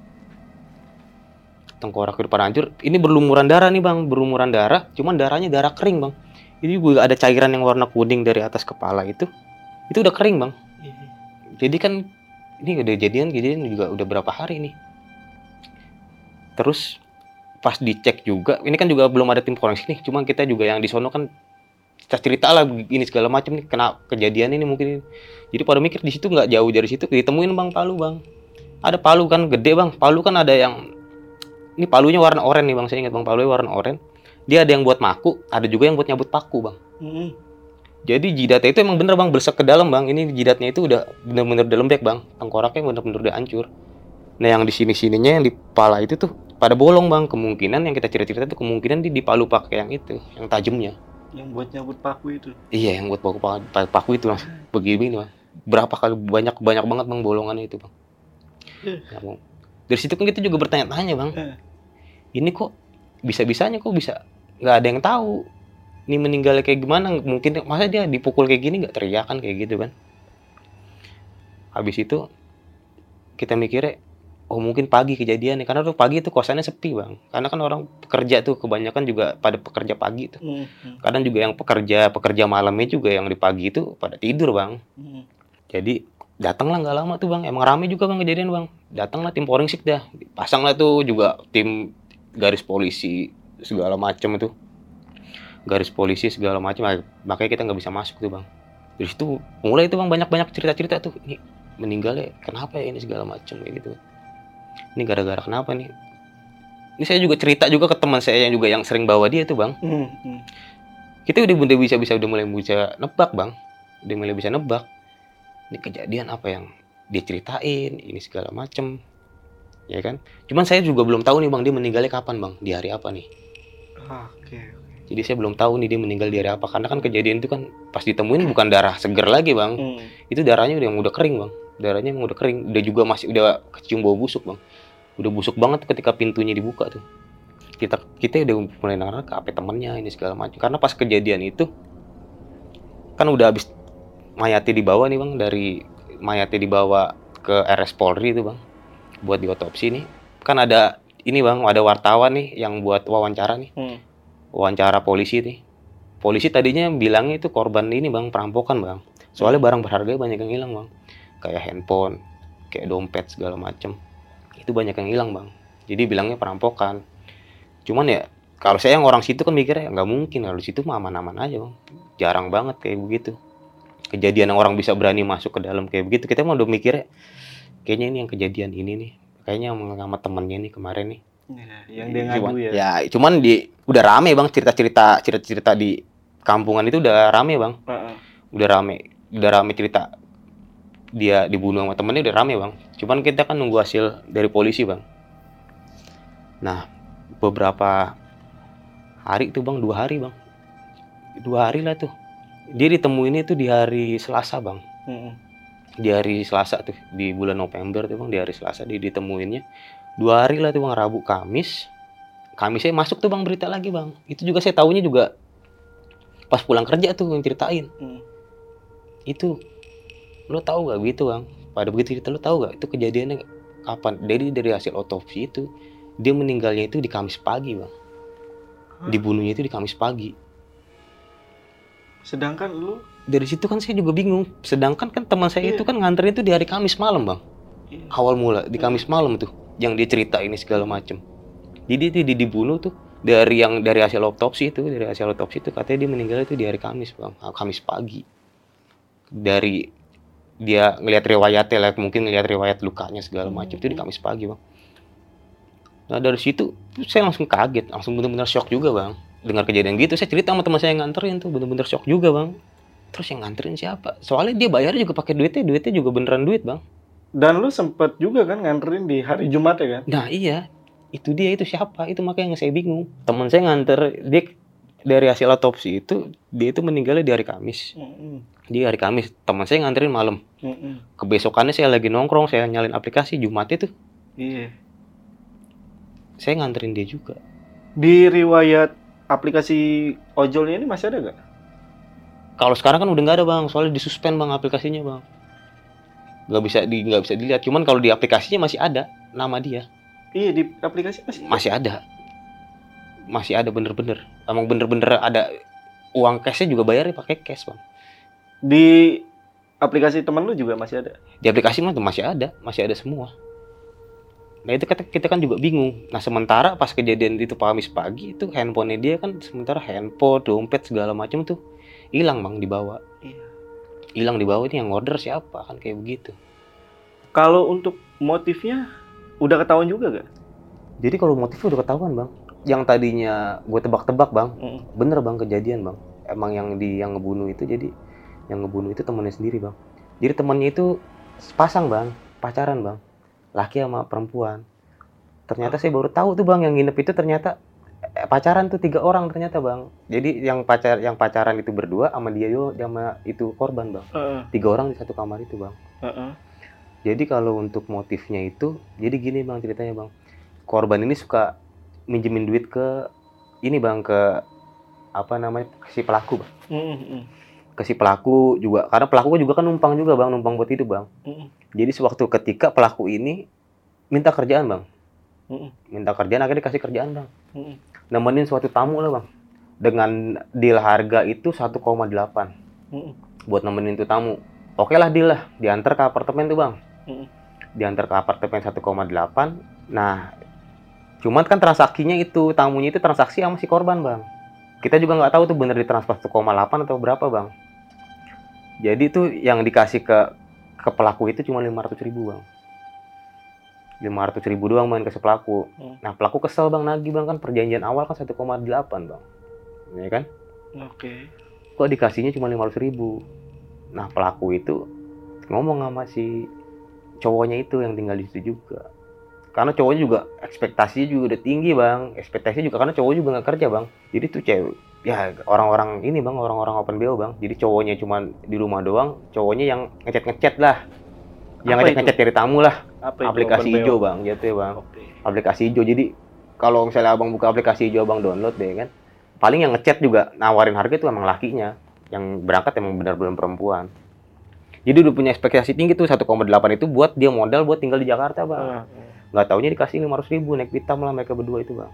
S3: Ini berlumuran darah nih bang, cuman darahnya darah kering bang. Ini juga ada cairan yang warna kuning dari atas kepala itu udah kering bang. Jadi kan ini udah kejadian juga udah berapa hari nih. Terus pas dicek juga, ini kan juga belum ada tim forensik nih, cuma kita juga yang di sono kan cerita lah ini segala macam nih, kena kejadian ini mungkin. Jadi pada mikir di situ nggak jauh dari situ ditemuin bang palu bang. Ada palu kan gede bang, palu kan ada yang ini palunya warna oranye nih bang, saya ingat bang, palunya warna oranye. Dia ada yang buat maku, ada juga yang buat nyabut paku bang. Jadi jidatnya itu emang bener bang, bersek ke dalam bang. Ini jidatnya itu udah bener-bener udah lembek bang, tengkoraknya bener-bener udah hancur. Nah yang di sini-sininya yang di kepala itu tuh pada bolong bang. Kemungkinan yang kita cerita-cerita tuh kemungkinan di palu pakai yang itu, yang tajamnya.
S2: Yang buat nyabut paku itu.
S3: Iya, yang buat paku itu bang. Begini bang. Berapa kali banyak banget bang bolongannya itu bang. Nah, dari situ kan kita juga bertanya-tanya bang. Ini kok bisa-bisanya kok bisa nggak ada yang tahu. Ini meninggalnya kayak gimana? Mungkin masa dia dipukul kayak gini nggak teriakan kayak gitu kan? Habis itu kita mikirnya, oh mungkin pagi kejadiannya, karena tuh pagi itu kosannya sepi bang. Karena kan orang pekerja tuh kebanyakan juga pada pekerja pagi tuh. Kadang juga yang pekerja malamnya juga yang di pagi itu pada tidur bang. Jadi datanglah nggak lama tuh bang. Emang rame juga bang kejadian bang. Datanglah tim forensik dah, pasanglah tuh juga tim garis polisi segala macam itu. Makanya kita nggak bisa masuk tuh bang. Dari situ mulai itu bang banyak cerita tuh, ini meninggalnya kenapa ya ini segala macam kayak gitu. Ini gara-gara kenapa nih? Ini saya juga cerita juga ke teman saya yang sering bawa dia tuh bang. Kita udah mulai bisa nebak bang, ini kejadian apa yang dia ceritain, ini segala macam, ya kan? Cuman saya juga belum tahu nih bang dia meninggalnya kapan bang, di hari apa nih?
S2: Oke.
S3: Jadi saya belum tahu nih dia meninggal di hari apa, karena kan kejadian itu kan pas ditemuin bukan darah seger lagi bang, itu darahnya udah kering bang, udah juga udah kecium bau busuk bang, udah busuk banget ketika pintunya dibuka tuh. Kita udah mulai nanya ke apa temannya ini segala macam, karena pas kejadian itu kan udah habis mayatnya dibawa nih bang, mayatnya dibawa ke RS Polri itu bang, buat diotopsi nih, kan ada ini bang, ada wartawan nih yang buat wawancara nih. Wawancara polisi nih. Polisi tadinya bilangnya itu korban ini bang, perampokan bang. Soalnya barang berharga banyak yang hilang bang. Kayak handphone, kayak dompet segala macem. Itu banyak yang hilang bang. Jadi bilangnya perampokan. Cuman ya kalau saya yang orang situ kan mikirnya nggak mungkin, kalau di situ mah aman-aman aja bang. Jarang banget kayak begitu. Kejadian yang orang bisa berani masuk ke dalam kayak begitu. Kita mah udah mikirnya kayaknya ini yang kejadian ini nih. Kayaknya sama temennya nih kemarin nih.
S2: Yang dia ngadu ya.
S3: Ya, cuman udah rame bang cerita di kampungan itu udah rame bang. Udah rame cerita dia dibunuh sama temennya udah rame bang. Cuman kita kan nunggu hasil dari polisi bang. Nah beberapa hari itu bang, 2 hari bang, 2 hari lah tuh. Dia ditemuin itu di hari Selasa bang. Di hari Selasa tuh di bulan November tuh bang, di hari Selasa dia ditemuinnya. 2 hari lah tuh bang, Rabu Kamisnya masuk tuh bang berita lagi bang. Itu juga saya tahunya juga pas pulang kerja tuh yang ceritain. Itu lo tahu gak gitu bang? Pada begitu cerita lo tahu gak itu kejadiannya kapan? Dari hasil otopsi itu dia meninggalnya itu di Kamis pagi bang. Dibunuhnya itu di Kamis pagi.
S2: Sedangkan lu
S3: dari situ kan saya juga bingung. Sedangkan kan teman saya itu kan nganterin itu di hari Kamis malam bang. Awal mula di Kamis malam tuh yang dia cerita ini segala macem. Jadi itu dibunuh tuh dari hasil otopsi itu katanya dia meninggal itu di hari Kamis bang, Kamis pagi. Dari dia ngelihat riwayatnya lah, mungkin ngelihat riwayat lukanya segala macam itu di Kamis pagi bang. Nah dari situ saya langsung kaget, langsung benar-benar shock juga bang. Dengar kejadian gitu, saya cerita sama teman saya yang nganterin tuh, benar-benar shock juga bang. Terus yang nganterin siapa? Soalnya dia bayar juga pakai duitnya juga beneran duit bang.
S2: Dan lu sempet juga kan nganterin di hari Jumat ya kan?
S3: Nah iya, itu siapa? Itu makanya yang saya bingung. Teman saya nganter, dia dari hasil otopsi itu dia itu meninggalnya di hari Kamis. Di hari Kamis, teman saya nganterin malam. Kebesokannya saya lagi nongkrong, saya nyalin aplikasi Jumat itu.
S2: Iya.
S3: Saya nganterin dia juga.
S2: Di riwayat aplikasi ojolnya ini masih ada gak?
S3: Kalau sekarang kan udah nggak ada bang, soalnya disuspend bang aplikasinya bang. Nggak bisa dilihat. Cuman kalau di aplikasinya masih ada nama dia.
S2: Iya di aplikasi masih
S3: ada. Masih ada bener-bener. Emang bener-bener ada uang cashnya juga bayarnya pakai cash bang.
S2: Di aplikasi teman lu juga masih ada?
S3: Di aplikasi mah tuh masih ada semua. Nah itu kita kan juga bingung. Nah sementara pas kejadian itu Kamis pagi itu handphonenya dia kan sementara handphone, dompet segala macam tuh hilang bang dibawa. Hilang dibawa ini yang order siapa kan kayak begitu.
S2: Kalau untuk motifnya udah ketahuan juga gak?
S3: Jadi kalau motifnya udah ketahuan bang. Yang tadinya gue tebak-tebak bang, bener bang kejadian bang. Emang yang ngebunuh itu jadi yang ngebunuh itu temannya sendiri bang. Jadi temannya itu sepasang bang, pacaran bang. Laki sama perempuan. Ternyata saya baru tahu tuh bang yang nginep itu ternyata pacaran tuh 3 orang ternyata bang. Jadi yang pacaran itu berdua sama dia sama itu korban bang. 3 orang di satu kamar itu bang. Jadi kalau untuk motifnya itu jadi gini bang ceritanya bang. Korban ini suka minjemin duit ke ini bang, ke apa namanya si pelaku bang. Ke si pelaku juga, karena pelaku juga kan numpang buat itu bang. Jadi sewaktu ketika pelaku ini minta kerjaan bang, akhirnya dikasih kerjaan bang, nemenin suatu tamu lah bang, dengan deal harga itu 1,8 buat nemenin tuh tamu. Oke lah deal lah, diantar ke apartemen tuh bang, diantar ke apartemen 1,8. Nah, cuman kan transaksinya itu tamunya itu transaksi sama si korban bang. Kita juga nggak tahu tuh bener ditransfer 1,8 atau berapa bang. Jadi tuh yang dikasih ke pelaku itu cuma 500.000 bang. 500.000 doang main ke si pelaku. Nah pelaku kesel bang nagih bang, kan perjanjian awal kan 1,8 bang. Ya kan?
S2: Oke.
S3: Kok dikasihnya cuma 500.000. Nah pelaku itu ngomong sama si cowoknya itu yang tinggal di situ juga. Karena cowoknya juga ekspektasinya juga udah tinggi bang. Ekspektasinya juga karena cowok juga nggak kerja bang. Jadi tuh cewek, ya orang-orang ini bang, orang-orang open BO bang. Jadi cowoknya cuma di rumah doang, cowoknya yang ngechat lah. Yang ngechat dari tamu lah. Aplikasi hijau bang, gitu ya bang. Aplikasi hijau. Jadi kalau misalnya abang buka aplikasi hijau abang download deh kan. Paling yang ngechat juga nawarin harga itu emang lakinya. Yang berangkat emang benar-benar perempuan. Jadi udah punya ekspektasi tinggi tuh 1,8 itu buat dia modal buat tinggal di Jakarta bang. Nggak taunya dikasih 500.000 naik pitam lah mereka berdua itu bang.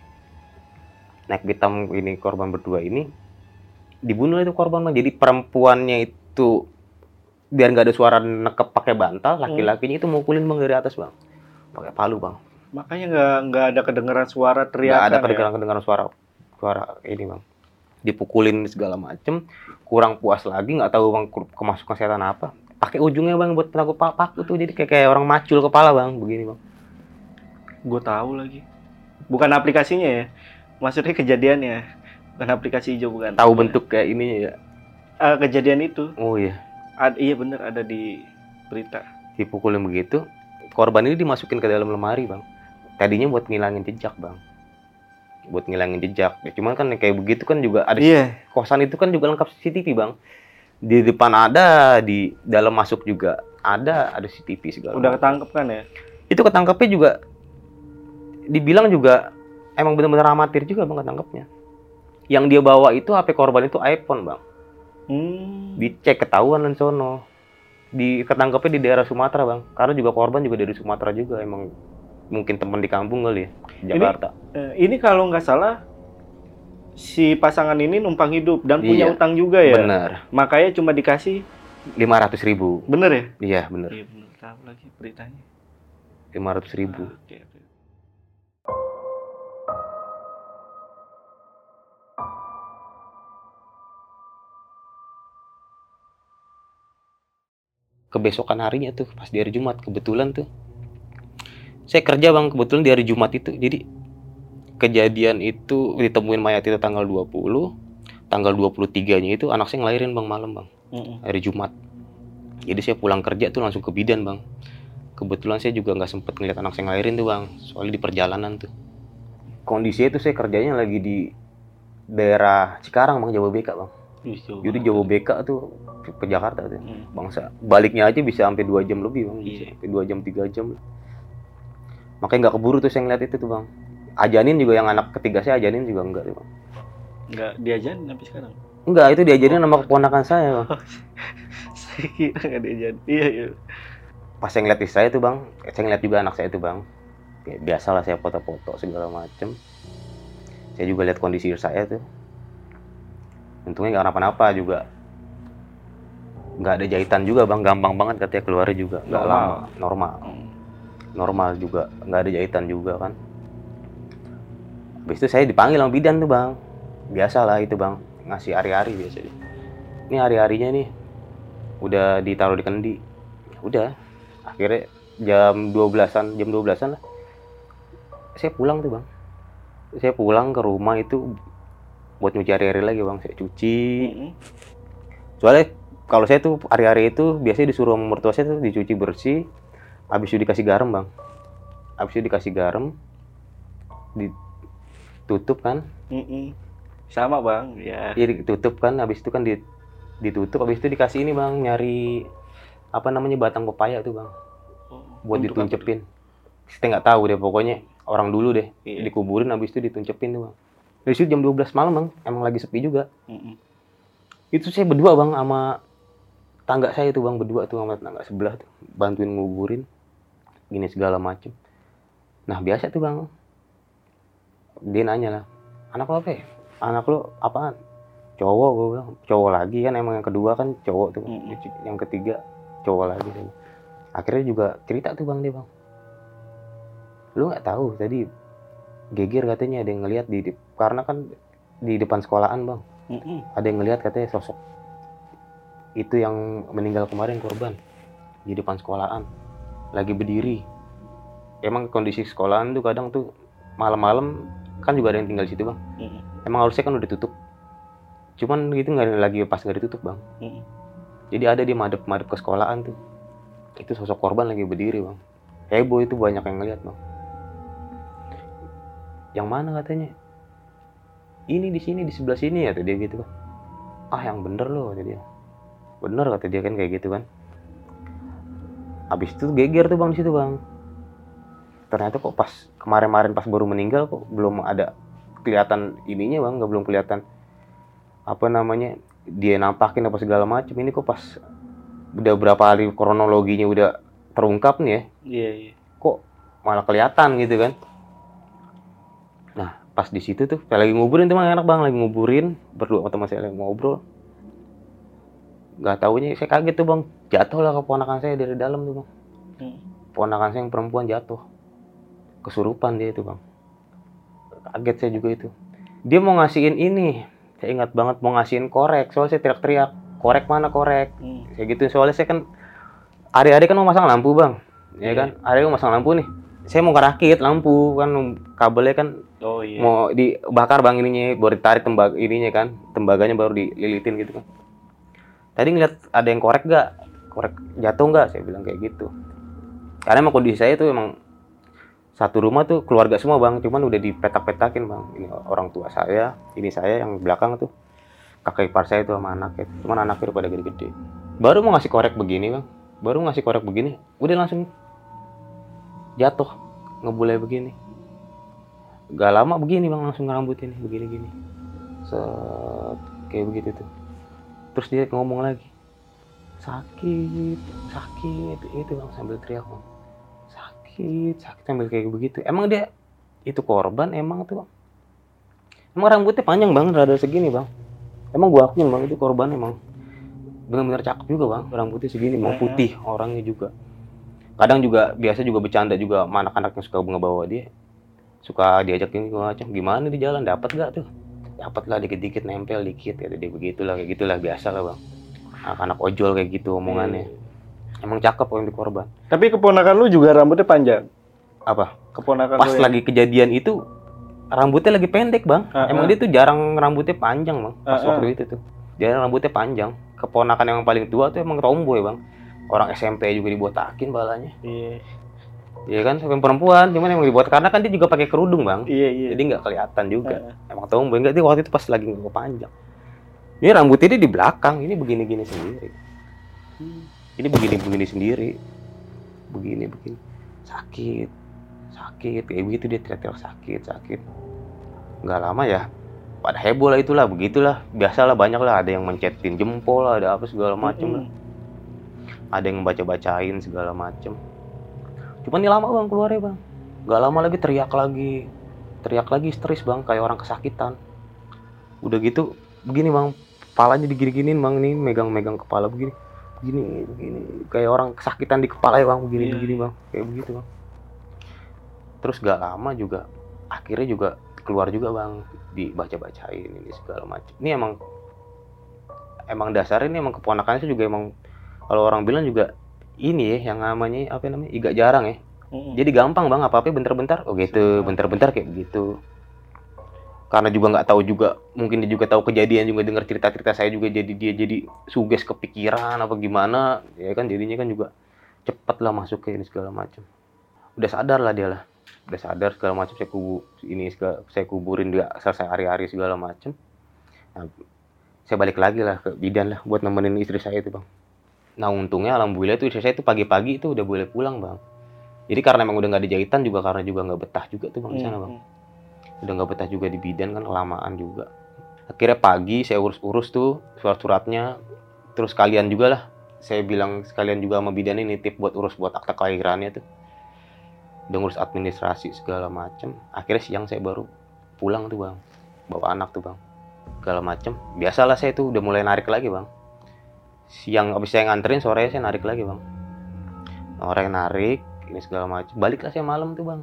S3: Naik pitam ini korban berdua ini dibunuh itu korban bang. Jadi perempuannya itu biar nggak ada suara nekep pakai bantal, laki-lakinya itu mukulin bang dari atas bang, pakai palu bang.
S2: Makanya nggak ada kedengaran suara teriakan.
S3: Nggak ada kedengaran suara ini bang. Dipukulin segala macem, kurang puas lagi nggak tahu bang kemasukan setan apa. Pakai ujungnya bang buat penakut paku tuh, jadi kayak orang macul kepala bang, begini bang.
S2: Gue tahu lagi. Bukan aplikasinya ya. Maksudnya kejadiannya. Bukan aplikasi hijau, bukan.
S3: Tahu bentuk kayak ininya ya.
S2: Kejadian itu.
S3: Oh iya.
S2: Iya bener, ada di berita.
S3: Dipukulin begitu. Korban ini dimasukin ke dalam lemari, Bang. Tadinya buat ngilangin jejak, Bang. Buat ngilangin jejak. Ya, cuman kan kayak begitu kan juga ada. Kosan itu kan juga lengkap CCTV, Bang. Di depan ada, di dalam masuk juga ada CCTV segala.
S2: Udah ketangkep kan ya?
S3: Itu ketangkepnya juga dibilang juga emang benar-benar amatir juga, Bang, ketangkepnya. Yang dia bawa itu HP korban itu iPhone, Bang. Dicek ketahuan dan sono. Ketangkepnya di daerah Sumatera, Bang. Karena juga korban juga dari Sumatera juga, emang mungkin teman di kampung kali ya, Jakarta.
S2: Ini kalau nggak salah si pasangan ini numpang hidup dan punya utang juga ya.
S3: Bener.
S2: Makanya cuma dikasih
S3: 500.000.
S2: Bener ya?
S3: Iya, bener.
S2: Iya bener, tahu lagi beritanya.
S3: 500.000.
S2: Oke.
S3: Kebesokan harinya tuh, pas di hari Jumat, kebetulan tuh saya kerja, Bang, kebetulan di hari Jumat itu. Jadi kejadian itu ditemuin mayat itu tanggal 20, tanggal 23-nya itu anak saya ngelahirin, Bang, malam, Bang. Hari Jumat. Jadi saya pulang kerja tuh langsung ke bidan, Bang. Kebetulan saya juga nggak sempet ngeliat anak saya ngelahirin tuh, Bang. Soalnya di perjalanan tuh. Kondisinya itu saya kerjanya lagi di daerah Cikarang, Bang, Jababeka, Bang. Jadi Jababeka tuh ke Jakarta tuh. Bangsa. Baliknya aja bisa sampai 2 jam lebih, Bang. Bisa sampai 2 jam 3 jam. Makanya nggak keburu tuh saya ngeliat itu tuh, Bang. Ajanin juga, yang anak ketiga saya ajanin juga enggak tuh, Bang.
S2: Enggak diajarin sampai sekarang?
S3: Enggak, itu diajarin sama keponakan saya, Bang.
S2: Saya kira nggak diajarin. Iya.
S3: Pas saya ngeliat istri saya tuh, Bang. Saya ngeliat juga anak saya tuh, Bang. Ya, biasalah saya foto-foto segala macem. Saya juga lihat kondisi istri saya tuh. Untungnya nggak kenapa-napa juga. Nggak ada jahitan juga, Bang. Gampang banget katanya keluarnya juga. Nggak lama. Normal juga. Nggak ada jahitan juga kan. Habis itu saya dipanggil sama bidan tuh, Bang. Biasalah itu, Bang. Ngasih hari-hari biasanya. Ini hari-harinya nih. Udah ditaruh di kendi. Udah. Akhirnya jam 12-an lah. Saya pulang tuh, Bang. Saya pulang ke rumah itu buat nyuci hari-hari lagi, Bang. Saya cuci. Soalnya kalau saya tuh hari-hari itu biasanya disuruh sama mertua saya tuh dicuci bersih. Habis itu dikasih garam, Bang. Habis itu dikasih garam. Ditutup kan?
S2: Sama, Bang. Ya.
S3: Iya, ditutup kan. Habis itu kan ditutup. Habis itu dikasih ini, Bang. Nyari apa namanya, batang pepaya tuh, Bang. Buat dituncepin. Saya nggak tahu deh, pokoknya orang dulu deh. Dikuburin, habis itu dituncepin tuh, Bang. Dari situ jam 12 malam, Bang. Emang lagi sepi juga. Itu saya berdua, Bang, sama tangga saya tuh, Bang. Berdua tuh sama tangga sebelah tuh. Bantuin nguburin. Gini segala macem. Nah, biasa tuh, Bang. Dia nanya lah, anak lo apa ya? Anak lo apaan? Cowok, gue bilang. Cowok lagi kan, emang yang kedua kan cowok tuh. Yang ketiga cowok lagi. Akhirnya juga cerita tuh, Bang, dia, Bang. Lu nggak tahu tadi geger katanya ada yang ngelihat karena kan di depan sekolahan, Bang. Ada yang ngelihat katanya sosok itu yang meninggal kemarin, korban, di depan sekolahan lagi berdiri. Emang kondisi sekolahan tuh kadang tuh malam-malam kan juga ada yang tinggal di situ, Bang. Emang harusnya kan udah tutup. Cuman gitu pas nggak ditutup, Bang. Jadi ada dia madep ke sekolahan tuh. Itu sosok korban lagi berdiri, Bang. Heboh itu, banyak yang ngeliat, Bang. Yang mana katanya? Ini di sini, di sebelah sini, kata dia gitu, Bang. Ah, yang bener loh, kata dia. Bener, kata dia kan kayak gitu kan. Habis itu geger tuh, Bang, di situ, Bang. Ternyata kok pas kemarin pas baru meninggal kok belum ada kelihatan ininya, Bang. Belum kelihatan apa namanya, dia nampakin apa segala macam. Ini kok pas udah berapa hari kronologinya udah terungkap nih ya.
S2: Iya.
S3: Kok malah kelihatan gitu kan. Nah, pas di situ tuh kayak lagi nguburin tuh, Bang, enak, Bang, lagi nguburin berdua sama teman saya lagi ngobrol. Gak taunya saya kaget tuh, Bang. Jatuh lah keponakan saya dari dalam tuh, Bang. Ponakan saya yang perempuan jatuh. Kesurupan dia itu, Bang. Kaget saya juga itu. Dia mau ngasihin ini. Saya ingat banget mau ngasihin korek. Soalnya saya teriak-teriak. Korek mana korek? Kayak gitu. Soalnya saya kan hari-hari kan mau masang lampu, Bang. Ya kan? Hari-hari mau masang lampu nih. saya mau ngerakit lampu kan, kabelnya kan mau dibakar bang, ininya baru ditarik ininya kan, tembaganya baru dililitin gitu kan. Tadi ngeliat ada yang korek jatuh nggak, saya bilang kayak gitu. Karena emang kondisi saya tuh emang satu rumah tuh keluarga semua bang, cuman udah dipetak-petakin bang. Ini orang tua saya, ini saya yang belakang tuh kakak ipar saya tuh sama anaknya, cuman anaknya udah pada gede-gede. Baru mau ngasih korek begini bang, udah langsung jatuh, ngebulai begini. Gak lama begini bang, langsung ngerambutin begini-gini. Kayak begitu tuh. Terus dia ngomong lagi, sakit itu bang, sambil teriak bang, sakit sambil kayak begitu. Emang dia itu korban emang tuh bang, emang rambutnya panjang bang, rada segini bang. Emang gua akuin bang, itu korban emang benar-benar cakep juga bang, rambutnya segini, mau putih orangnya juga. Kadang juga biasa juga bercanda juga sama anak-anak yang suka ngebawa dia, suka diajakin macam gimana di jalan, dapat gak tuh? Dapat lah, dikit-dikit nempel dikit ya, dia begitulah, kayak gitulah, biasa lah bang. Anak-anak ojol kayak gitu omongannya. Emang cakep yang di korban.
S2: Tapi keponakan lu juga rambutnya panjang.
S3: Apa?
S2: Keponakan
S3: pas lagi kejadian itu rambutnya lagi pendek bang. Emang dia tuh jarang rambutnya panjang bang. Pas waktu itu tuh jarang rambutnya panjang. Keponakan yang paling tua tuh emang tomboy bang. Orang SMP juga dibotakin balanya. Iya kan, sampai perempuan, cuman emang dibuat karena kan dia juga pakai kerudung bang. Iya. Jadi nggak kelihatan juga. Emang tomboy, nggak, dia waktu itu pas lagi nggak panjang. Ini rambutnya dia di belakang, ini begini-gini sendiri. Ini begini-begini sendiri. Begini. Sakit. Kayak begitu dia teriak-teriak sakit. Nggak lama ya, pada heboh lah itulah, begitulah. Biasalah, banyak lah, ada yang mencetin jempol lah, ada apa segala macem lah. Ada yang baca-bacain segala macem. Cuman ini lama bang keluarnya bang. Nggak lama lagi teriak lagi histeris bang, kayak orang kesakitan. Udah gitu begini bang, kepalanya digini-giniin bang, nih megang kepala begini, kayak orang kesakitan di kepala ya bang, begini bang, kayak begitu bang. Terus gak lama juga, akhirnya juga keluar juga bang, dibaca-bacain ini segala macam. Ini emang dasarnya ini emang keponakannya juga emang, kalau orang bilang juga ini ya, yang namanya apa namanya, iga jarang ya. Jadi gampang bang, apa-apa bentar-bentar, oh gitu, bentar-bentar kayak begitu. Karena juga nggak tahu juga, mungkin dia juga tahu kejadian, juga dengar cerita-cerita saya juga, jadi dia jadi suges kepikiran apa gimana, ya kan, jadinya kan juga cepet lah masuk ke ini segala macam. Udah sadar lah dia lah, udah sadar segala macam, saya kuburin dia selesai hari-hari segala macam. Nah, saya balik lagi lah ke bidan lah buat nemenin istri saya itu bang. Nah untungnya alhamdulillah tuh istri saya itu pagi-pagi itu udah boleh pulang bang. Jadi karena emang udah nggak ada jahitan juga, karena juga nggak betah juga tuh bang di sana bang. Udah nggak betah juga di bidan kan, kelamaan juga. Akhirnya pagi saya urus tuh surat-suratnya, terus sekalian juga lah saya bilang sekalian juga sama bidan ini nitip buat urus buat akta kelahirannya tuh, udah ngurus administrasi segala macem. Akhirnya siang saya baru pulang tuh bang, bawa anak tuh bang, segala macem. Biasalah saya tuh udah mulai narik lagi bang. Siang abis saya nganterin, sore saya narik lagi bang, orang narik ini segala macem. Baliklah saya malam tuh bang.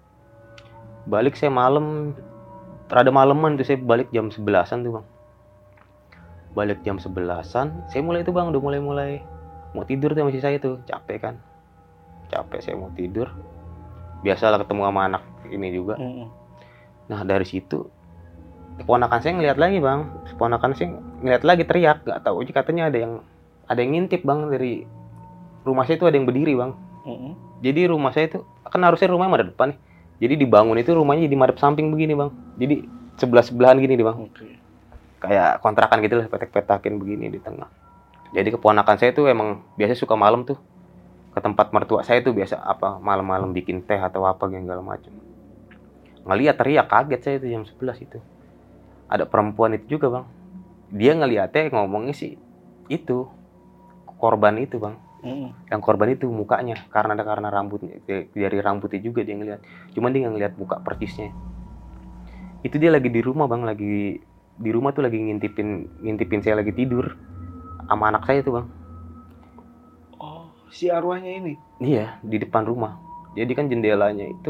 S3: Balik saya malam, rada maleman tuh, saya balik jam 11-an tuh bang. Balik jam 11-an, saya mulai tuh bang, udah mulai mau tidur tuh masih saya tuh, capek kan. Capek, saya mau tidur. Biasalah ketemu sama anak ini juga. Nah dari situ, keponakan saya ngeliat lagi bang. Keponakan saya ngeliat lagi teriak, gak tahu aja katanya ada yang ngintip bang, dari rumah saya itu ada yang berdiri bang. Jadi rumah saya itu, kan harusnya rumahnya madep depan nih. Jadi dibangun itu rumahnya di madep samping begini bang. Jadi sebelah-sebelahan gini nih bang. Kayak kontrakan gitu lah, petak-petakin begini di tengah. Jadi keponakan saya tuh emang biasa suka malam tuh ke tempat mertua saya tuh, biasa apa malam-malam bikin teh atau apa segala macam. Ngeliat teriak, kaget saya itu jam 11 itu. Ada perempuan itu juga bang. Dia ngeliatnya ngomongnya sih itu korban itu bang. Yang korban itu mukanya karena rambutnya, dari rambutnya juga dia ngeliat. Cuman dia nggak ngeliat muka persisnya. Itu dia lagi di rumah bang, lagi di rumah tuh lagi ngintipin saya lagi tidur sama anak saya tuh bang.
S2: Oh, si arwahnya ini?
S3: Iya, di depan rumah. Jadi kan jendelanya itu,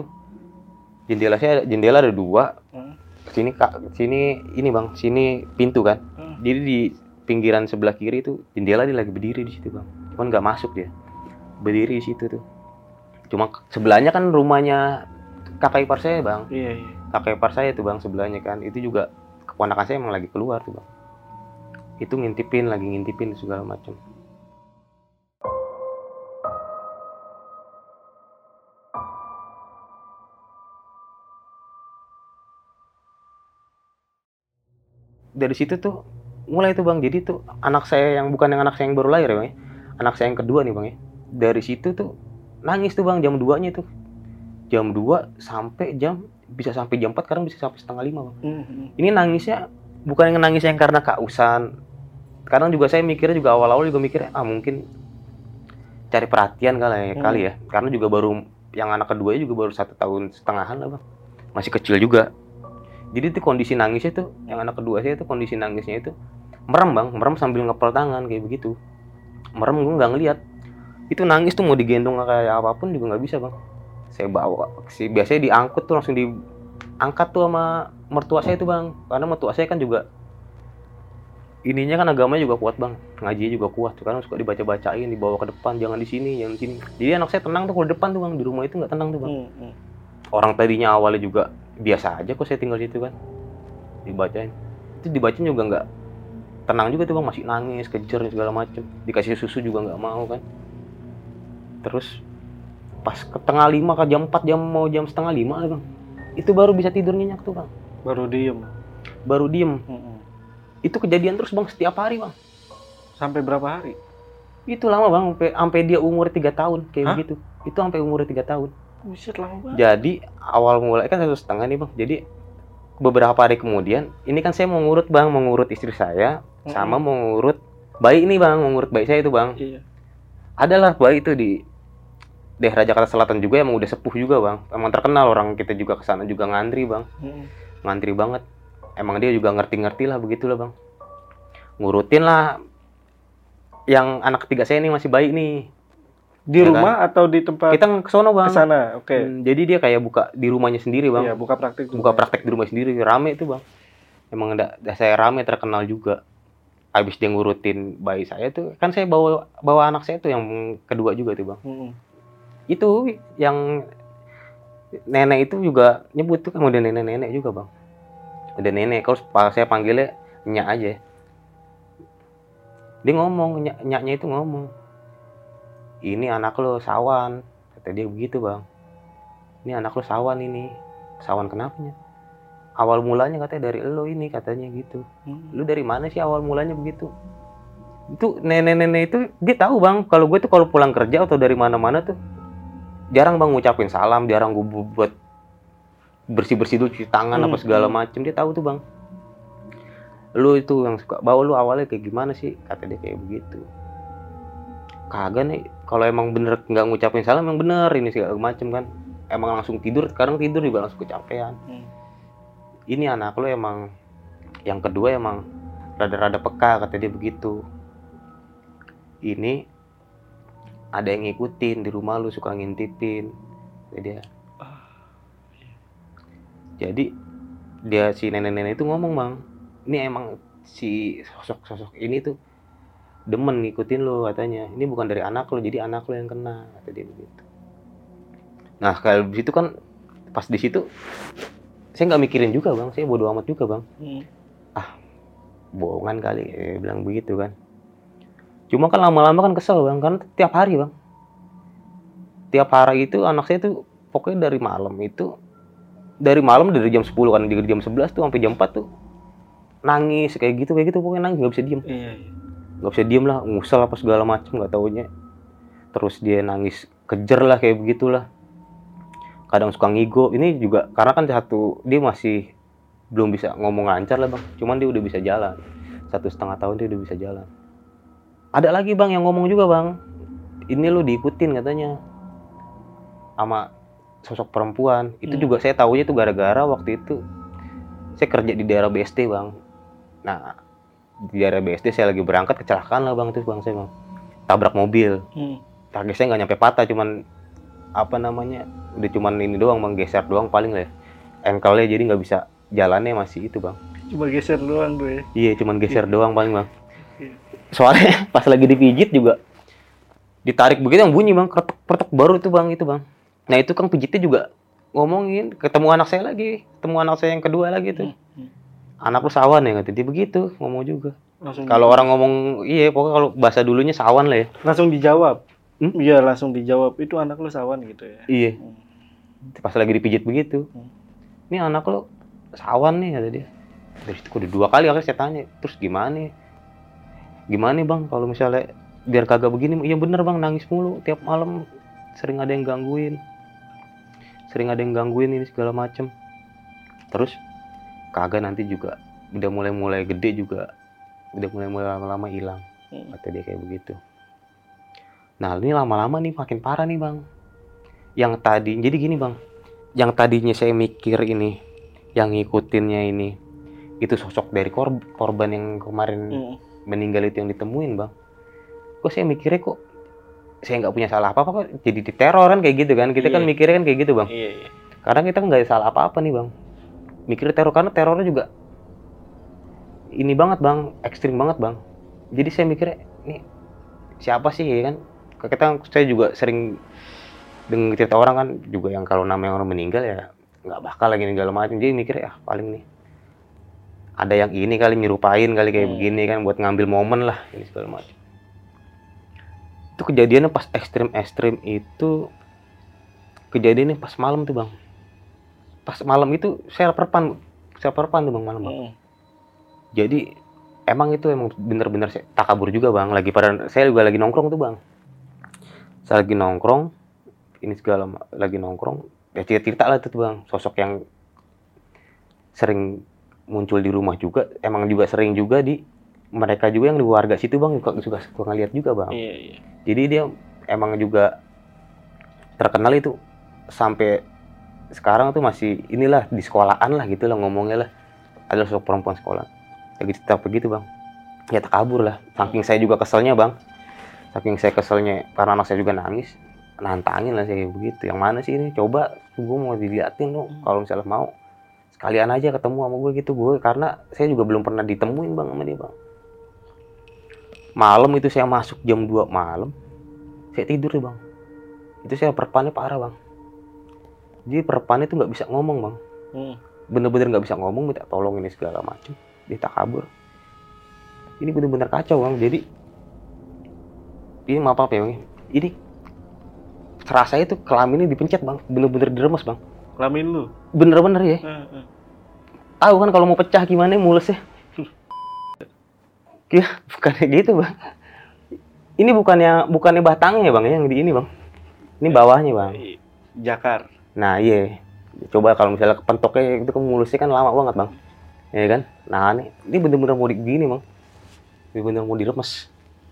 S3: jendela ada 2. Sini ini bang, sini pintu kan. Jadi di pinggiran sebelah kiri itu jendela, dia lagi berdiri di situ bang. Cuman nggak masuk dia, berdiri di situ tuh. Cuma sebelahnya kan rumahnya kakak ipar saya bang.
S2: Iya.
S3: Kakak ipar saya tuh bang sebelahnya kan. Itu juga keponakan saya emang lagi keluar tuh bang. Itu ngintipin segala macam. Dari situ tuh mulai tuh bang, jadi tuh anak saya yang bukan yang anak saya yang baru lahir ya bang ya, anak saya yang kedua nih bang ya, dari situ tuh nangis tuh bang jam 2-nya tuh, jam 2 sampai bisa sampai jam 4, kadang bisa sampai setengah 5 bang. Ini nangisnya bukan yang nangis yang karena kausan, kadang juga saya mikirnya juga awal-awal juga mikirnya mungkin cari perhatian kali ya, karena juga baru yang anak keduanya juga baru 1 tahun setengahan lah bang, masih kecil juga. Jadi tuh kondisi nangisnya tuh, yang anak kedua saya tuh kondisi nangisnya itu merem bang, merem sambil ngepel tangan kayak begitu. Merem, gue nggak ngeliat. Itu nangis tuh mau digendong kayak apapun juga nggak bisa bang. Saya bawa, biasanya diangkut tuh langsung diangkat tuh sama mertua saya tuh bang. Karena mertua saya kan juga ininya kan agamanya juga kuat bang, ngajinya juga kuat. Karena suka dibaca-bacain, dibawa ke depan, jangan di sini. Jadi anak saya tenang tuh kalau di depan tuh bang, di rumah itu nggak tenang tuh bang. Orang tadinya awalnya juga biasa aja kok saya tinggal situ kan, dibacain juga nggak tenang juga tuh bang, masih nangis, kejer segala macem, dikasih susu juga nggak mau kan. Terus pas ke tengah 5 ke jam 4, jam setengah 5 lah bang, itu baru bisa tidur nyenyak tuh bang, baru diem. Itu kejadian terus bang, setiap hari bang.
S2: Sampai berapa hari?
S3: Itu lama bang, sampai dia umur 3 tahun kayak begitu. Itu sampai umur 3 tahun.
S2: Buset, lama banget. Jadi
S3: awal mulai kan 1,5 nih bang. Jadi beberapa hari kemudian, ini kan saya mau ngurut istri saya, sama mau ngurut bayi ini bang, mau ngurut bayi saya itu bang.
S2: Iya.
S3: Adalah bayi itu di daerah Jakarta Selatan juga, emang udah sepuh juga bang. Emang terkenal, orang kita juga kesana juga ngantri bang. Ngantri banget. Emang dia juga ngerti lah begitulah bang. Ngurutin lah yang anak ketiga saya ini masih bayi nih.
S2: Di rumah kan? Atau di tempat?
S3: Kita ke sono bang.
S2: Kesana, oke.
S3: Jadi dia kayak buka di rumahnya sendiri bang.
S2: Iya, buka praktek
S3: di rumah sendiri, rame itu bang. Emang saya rame, terkenal juga. Habis dia ngurutin bayi saya tuh, kan saya bawa anak saya tuh yang kedua juga tuh bang. Itu yang nenek itu juga nyebut tuh kan udah nenek juga bang. Udah nenek, kalau saya panggilnya nyak aja. Dia ngomong, nyaknya itu ngomong, ini anak lo sawan, kata dia begitu bang. Ini anak lo sawan ini. Sawan kenapanya? Awal mulanya katanya dari lo ini, katanya gitu. Lu dari mana sih awal mulanya begitu? Itu nenek-nenek itu dia tahu bang, kalau gue tuh kalau pulang kerja atau dari mana-mana tuh jarang bang ngucapin salam, jarang gue buat bersih-bersih dulu, cuci tangan apa segala macem. Dia tahu tuh bang. Lu itu yang suka bawa, lu awalnya kayak gimana sih? Kata dia kayak begitu. Kagak nih, kalau emang bener nggak ngucapin salam emang bener ini segala macem kan, emang langsung tidur, sekarang tidur juga langsung kecapean. Ini anak lo emang yang kedua emang rada-rada peka, kata dia begitu. Ini ada yang ngikutin di rumah lu, suka ngintipin, kata dia. Jadi dia si nenek-nenek itu ngomong bang, ini emang si sosok ini tuh demen ngikutin lo, katanya. Ini bukan dari anak lo, jadi anak lo yang kena, kata dia begitu. Nah kalau di situ kan, pas di situ saya nggak mikirin juga bang, saya bodo amat juga bang. Bohongan kali, bilang begitu kan. Cuma kan lama-lama kan kesel bang, kan tiap hari bang. Tiap hari itu anak saya tuh pokoknya dari malam dari jam 10 kan, dari jam 11 tuh sampai jam 4 tuh nangis kayak gitu pokoknya nangis, nggak bisa diem. Nggak bisa diem lah, ngusel apa segala macem, nggak taunya. Terus dia nangis kejer lah kayak begitulah. Kadang suka ngigo. Ini juga karena kan dia masih belum bisa ngomong lancar lah bang. Cuman dia udah bisa jalan. 1,5 tahun dia udah bisa jalan. Ada lagi bang yang ngomong juga bang, ini lu diikutin katanya sama sosok perempuan. Itu juga saya tahunya itu gara-gara waktu itu saya kerja di daerah BSD bang. Nah di daerah BSD saya lagi berangkat, kecelakaan lah bang, terus bang saya bang tabrak mobil. Kaki saya nggak nyampe patah, cuman udah cuman ini doang bang, geser doang paling lah ya. Engkelnya jadi nggak bisa jalannya, masih itu bang.
S2: Cuma geser doang gue.
S3: Iya cuman geser doang paling bang. Soalnya pas lagi dipijit juga ditarik begitu yang bunyi bang, kretek baru itu bang, Nah itu Kang pijitnya juga ngomongin, ketemu anak saya yang kedua lagi tuh. Anak lu sawan ya kata dia begitu ngomong juga. Kalau orang ngomong iya pokoknya kalau bahasa dulunya sawan lah ya.
S2: Langsung dijawab. Iya langsung dijawab itu anak lu sawan gitu ya.
S3: Iya. Pas lagi dipijit begitu. Ini anak lu sawan nih kata dia. Dari situ udah 2 kali akhirnya saya tanya, terus gimana? Gimana Bang kalau misalnya biar kagak begini? Iya bener Bang, nangis mulu tiap malam, sering ada yang gangguin ini segala macem. Terus kagak nanti juga udah mulai gede juga, udah mulai lama-lama hilang, kata dia kayak begitu. Nah ini lama-lama nih makin parah nih Bang. Yang tadi, jadi gini Bang, yang tadinya saya mikir ini, yang ngikutinnya ini, itu sosok dari korban yang kemarin meninggal itu yang ditemuin Bang. Kok saya mikirnya kok saya nggak punya salah apa-apa kok jadi diteror kan kayak gitu kan. Kita kan mikirnya kan kayak gitu Bang.
S2: Iya.
S3: Karena kita nggak salah apa-apa nih Bang. Mikirnya teror karena terornya juga ini banget Bang, ekstrim banget Bang. Jadi saya mikirnya nih siapa sih ya kan? Saya juga sering dengar cerita orang kan juga yang kalau namanya orang meninggal ya nggak bakal lagi segala macam. Jadi mikirnya paling nih ada yang ini kali nyerupain kali kayak begini kan buat ngambil momen lah ini segala macam. Itu kejadiannya pas ekstrim itu kejadiannya pas malam tuh Bang. Pas malam itu saya perpan tuh Bang malam Bang. Jadi emang bener-bener saya takabur juga Bang. Saya juga lagi nongkrong tuh Bang. Saya lagi nongkrong ya cerita lah tuh Bang. Sosok yang sering muncul di rumah juga, emang juga sering juga di mereka juga yang di warga situ Bang suka ngeliat juga Bang.
S2: Iya.
S3: Jadi dia emang juga terkenal itu sampai sekarang tuh masih inilah di sekolahan lah gitu lah ngomongnya lah. Ada sosok perempuan sekolah. Lagi cerita begitu Bang. Ya takabur lah. Saking saya juga keselnya Bang. Karena anak saya juga nangis. Nantangin lah saya begitu. Yang mana sih ini? Coba gue mau diliatin lo. Kalau misalnya mau sekalian aja ketemu sama gue gitu karena saya juga belum pernah ditemuin Bang sama dia Bang. Malam itu saya masuk jam 2 malam. Saya tidur ya Bang. Itu saya perpannya parah Bang. Jadi perpannya itu nggak bisa ngomong Bang. Bener-bener nggak bisa ngomong, minta tolong ini segala macam. Dia takabur. Ini bener-bener kacau Bang. Jadi ini maaf ya Bang. Ini serasa itu kelaminnya dipencet Bang. Bener-bener diremes Bang.
S2: Kelamin lu?
S3: Bener-bener ya. Tahu kan kalau mau pecah gimana mulesnya. Ya bukannya gitu Bang. Ini bukannya batangnya Bang yang di ini Bang. Ini bawahnya Bang.
S2: Jakar.
S3: Nah iya. Coba kalau misalnya kepentoknya itu mulusnya kan lama banget Bang. Ya kan? Nah ini bener-bener mau digini Bang. Bener-bener mau diremes.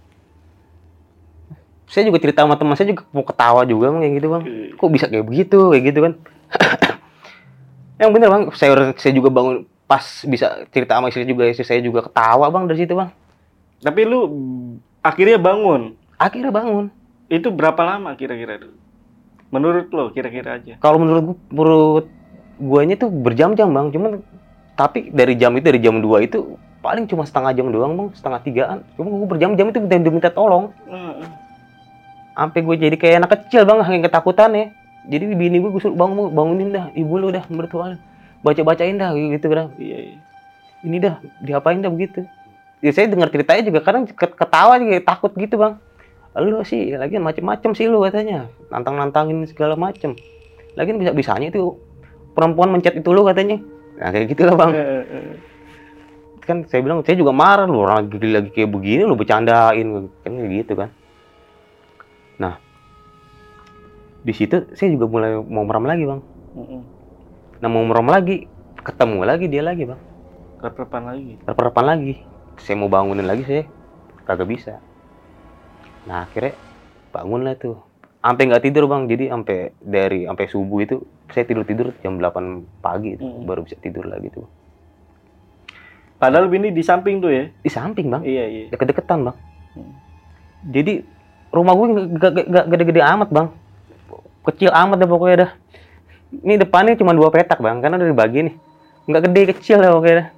S3: Saya juga cerita sama teman saya juga mau ketawa juga Bang kayak gitu Bang. Kok bisa kayak begitu kayak gitu kan. Yang bener Bang, saya juga bangun pas bisa cerita sama istri saya juga ketawa Bang dari situ Bang.
S2: Tapi lu akhirnya bangun?
S3: Akhirnya bangun.
S2: Itu berapa lama kira-kira itu? Menurut lo kira-kira aja?
S3: Kalau menurut guanya tuh berjam-jam Bang, tapi dari jam 2 itu paling cuma setengah jam doang Bang, setengah 3-an. Cuma gue berjam-jam itu udah minta tolong. Sampai gue jadi kayak anak kecil Bang, saking ketakutannya. Jadi bini gue suruh bangunin dah, ibu lu dah mertua, baca-bacain dah gitu kan.
S2: Iya.
S3: Ini dah diapain dah begitu. Ya saya dengar ceritanya juga kadang ketawa juga takut gitu Bang. Lu sih lagi macem-macem sih lu katanya, nantangin segala macem. Lagi bisa-bisanya itu perempuan mencet itu lu katanya. Nah kayak gitulah Bang. Kan saya bilang saya juga marah lu orang lagi kayak begini lu bercandain kan gitu kan. Nah di situ saya juga mulai mau merem lagi Bang. Nah mau merem lagi ketemu lagi dia lagi Bang. Repan lagi. Saya mau bangunin lagi saya kagak bisa. Nah akhirnya bangun lah tuh. Sampai nggak tidur Bang. Jadi sampai subuh itu saya tidur jam 8 pagi itu baru bisa tidur lagi tuh.
S2: Padahal bini di samping tuh ya?
S3: Di samping Bang.
S2: Iya.
S3: Deket-deketan Bang. Jadi rumah gue nggak gede-gede amat Bang. Kecil amat deh pokoknya dah. Ini depannya cuma 2 petak Bang. Karena udah dibagi nih. Nggak gede kecil dah pokoknya dah.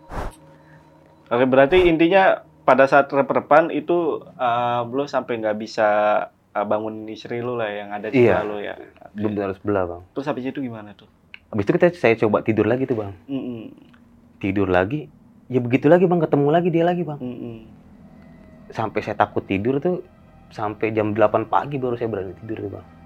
S2: Oke berarti intinya pada saat rep-repan itu belum sampai nggak bisa bangun istri lu lah yang ada di sebelah lu ya.
S3: Benar sebelah bang.
S2: Terus habis itu gimana tuh?
S3: Habis itu saya coba tidur lagi tuh bang. Tidur lagi, ya begitu lagi bang, ketemu lagi dia lagi bang. Sampai saya takut tidur tuh, sampai jam 8 pagi baru saya berani tidur tuh bang.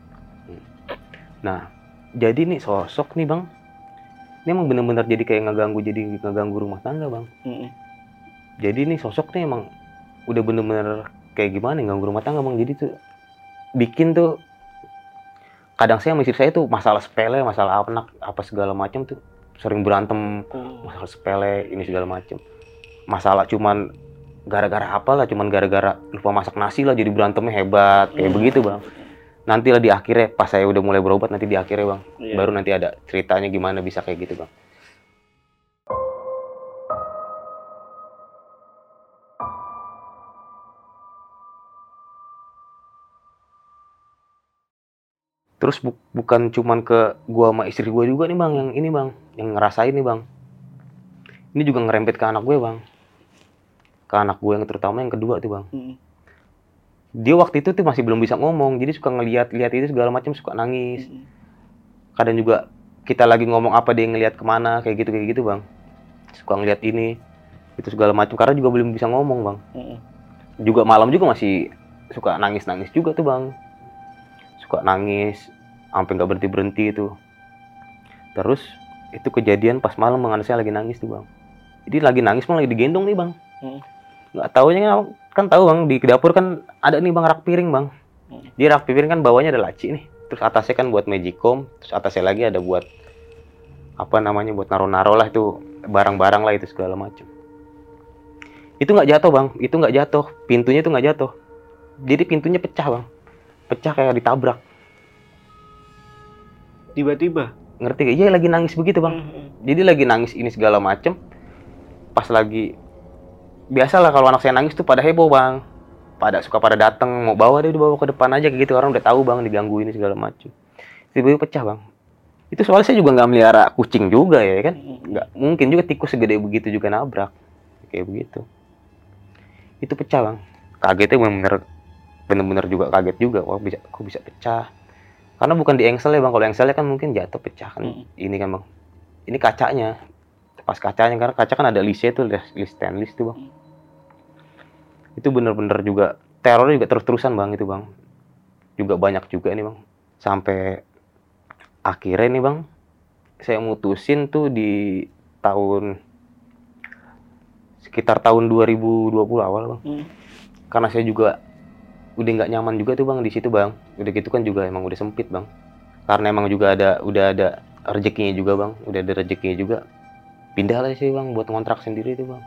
S3: Nah, jadi nih sosok nih bang, ini emang benar-benar jadi kayak ngeganggu rumah tangga bang. Jadi nih sosok nih emang udah benar-benar kayak gimana ganggu rumah tangga bang. Jadi tuh bikin tuh kadang saya sama istri saya tuh masalah sepele, masalah anak apa segala macam tuh sering berantem, masalah sepele ini segala macam. Masalah cuman gara-gara apalah, cuman gara-gara lupa masak nasi lah jadi berantemnya hebat kayak begitu bang. Nanti lah di akhirnya pas saya udah mulai berobat nanti di akhirnya bang, baru nanti ada ceritanya gimana bisa kayak gitu bang. Terus bukan cuman ke gua sama istri gua juga nih bang, yang ini bang, yang ngerasain nih bang. Ini juga ngerempet ke anak gue bang, ke anak gue yang terutama yang kedua tuh bang. Dia waktu itu tuh masih belum bisa ngomong, jadi suka ngeliat itu segala macam, suka nangis. Kadang juga kita lagi ngomong apa dia ngeliat kemana kayak gitu bang. Suka ngeliat ini, itu segala macam karena juga belum bisa ngomong bang. Juga malam juga masih suka nangis juga tuh bang. Suka nangis sampai nggak berhenti itu. Terus itu kejadian pas malam bang, anak saya lagi nangis tuh bang. Jadi lagi nangis bang, lagi digendong nih bang. Nggak taunya kan tahu bang, di dapur kan ada nih bang rak piring bang. Di rak piring kan bawahnya ada laci nih. Terus atasnya kan buat magicom, terus atasnya lagi ada buat apa namanya, buat naro-naro lah itu barang-barang lah itu segala macam. Itu nggak jatuh bang, itu nggak jatuh, pintunya itu nggak jatuh. Jadi pintunya pecah bang, pecah kayak ditabrak.
S2: Tiba-tiba?
S3: Ngerti gak? Iya lagi nangis begitu bang. Jadi lagi nangis ini segala macam. Pas lagi biasalah kalau anak saya nangis tuh pada heboh bang, pada datang mau bawa dia dibawa ke depan aja kayak gitu, orang udah tahu bang diganggu ini segala macam. Tiba-tiba pecah bang. Itu soalnya saya juga nggak melihara kucing juga ya kan, nggak mungkin juga tikus segede begitu juga nabrak kayak begitu. Itu pecah bang. Kagetnya bener-bener juga kaget juga, kok bisa pecah. Karena bukan di engsel ya bang, kalau engselnya kan mungkin jatuh pecah kan. Ini kan bang, ini kacanya. Pas kacanya, karena kaca kan ada listnya tuh, list stainless tuh bang. Itu bener-bener juga terornya juga terus-terusan bang itu bang. Juga banyak juga nih bang. Sampai akhirnya nih bang, saya mutusin tuh di sekitar tahun 2020 awal bang. Karena saya juga udah nggak nyaman juga tuh bang di situ bang. Udah gitu kan juga emang udah sempit bang. Karena emang juga udah ada rezekinya juga bang. Udah ada rezekinya juga. Pindah lah sih bang buat ngontrak sendiri tuh bang.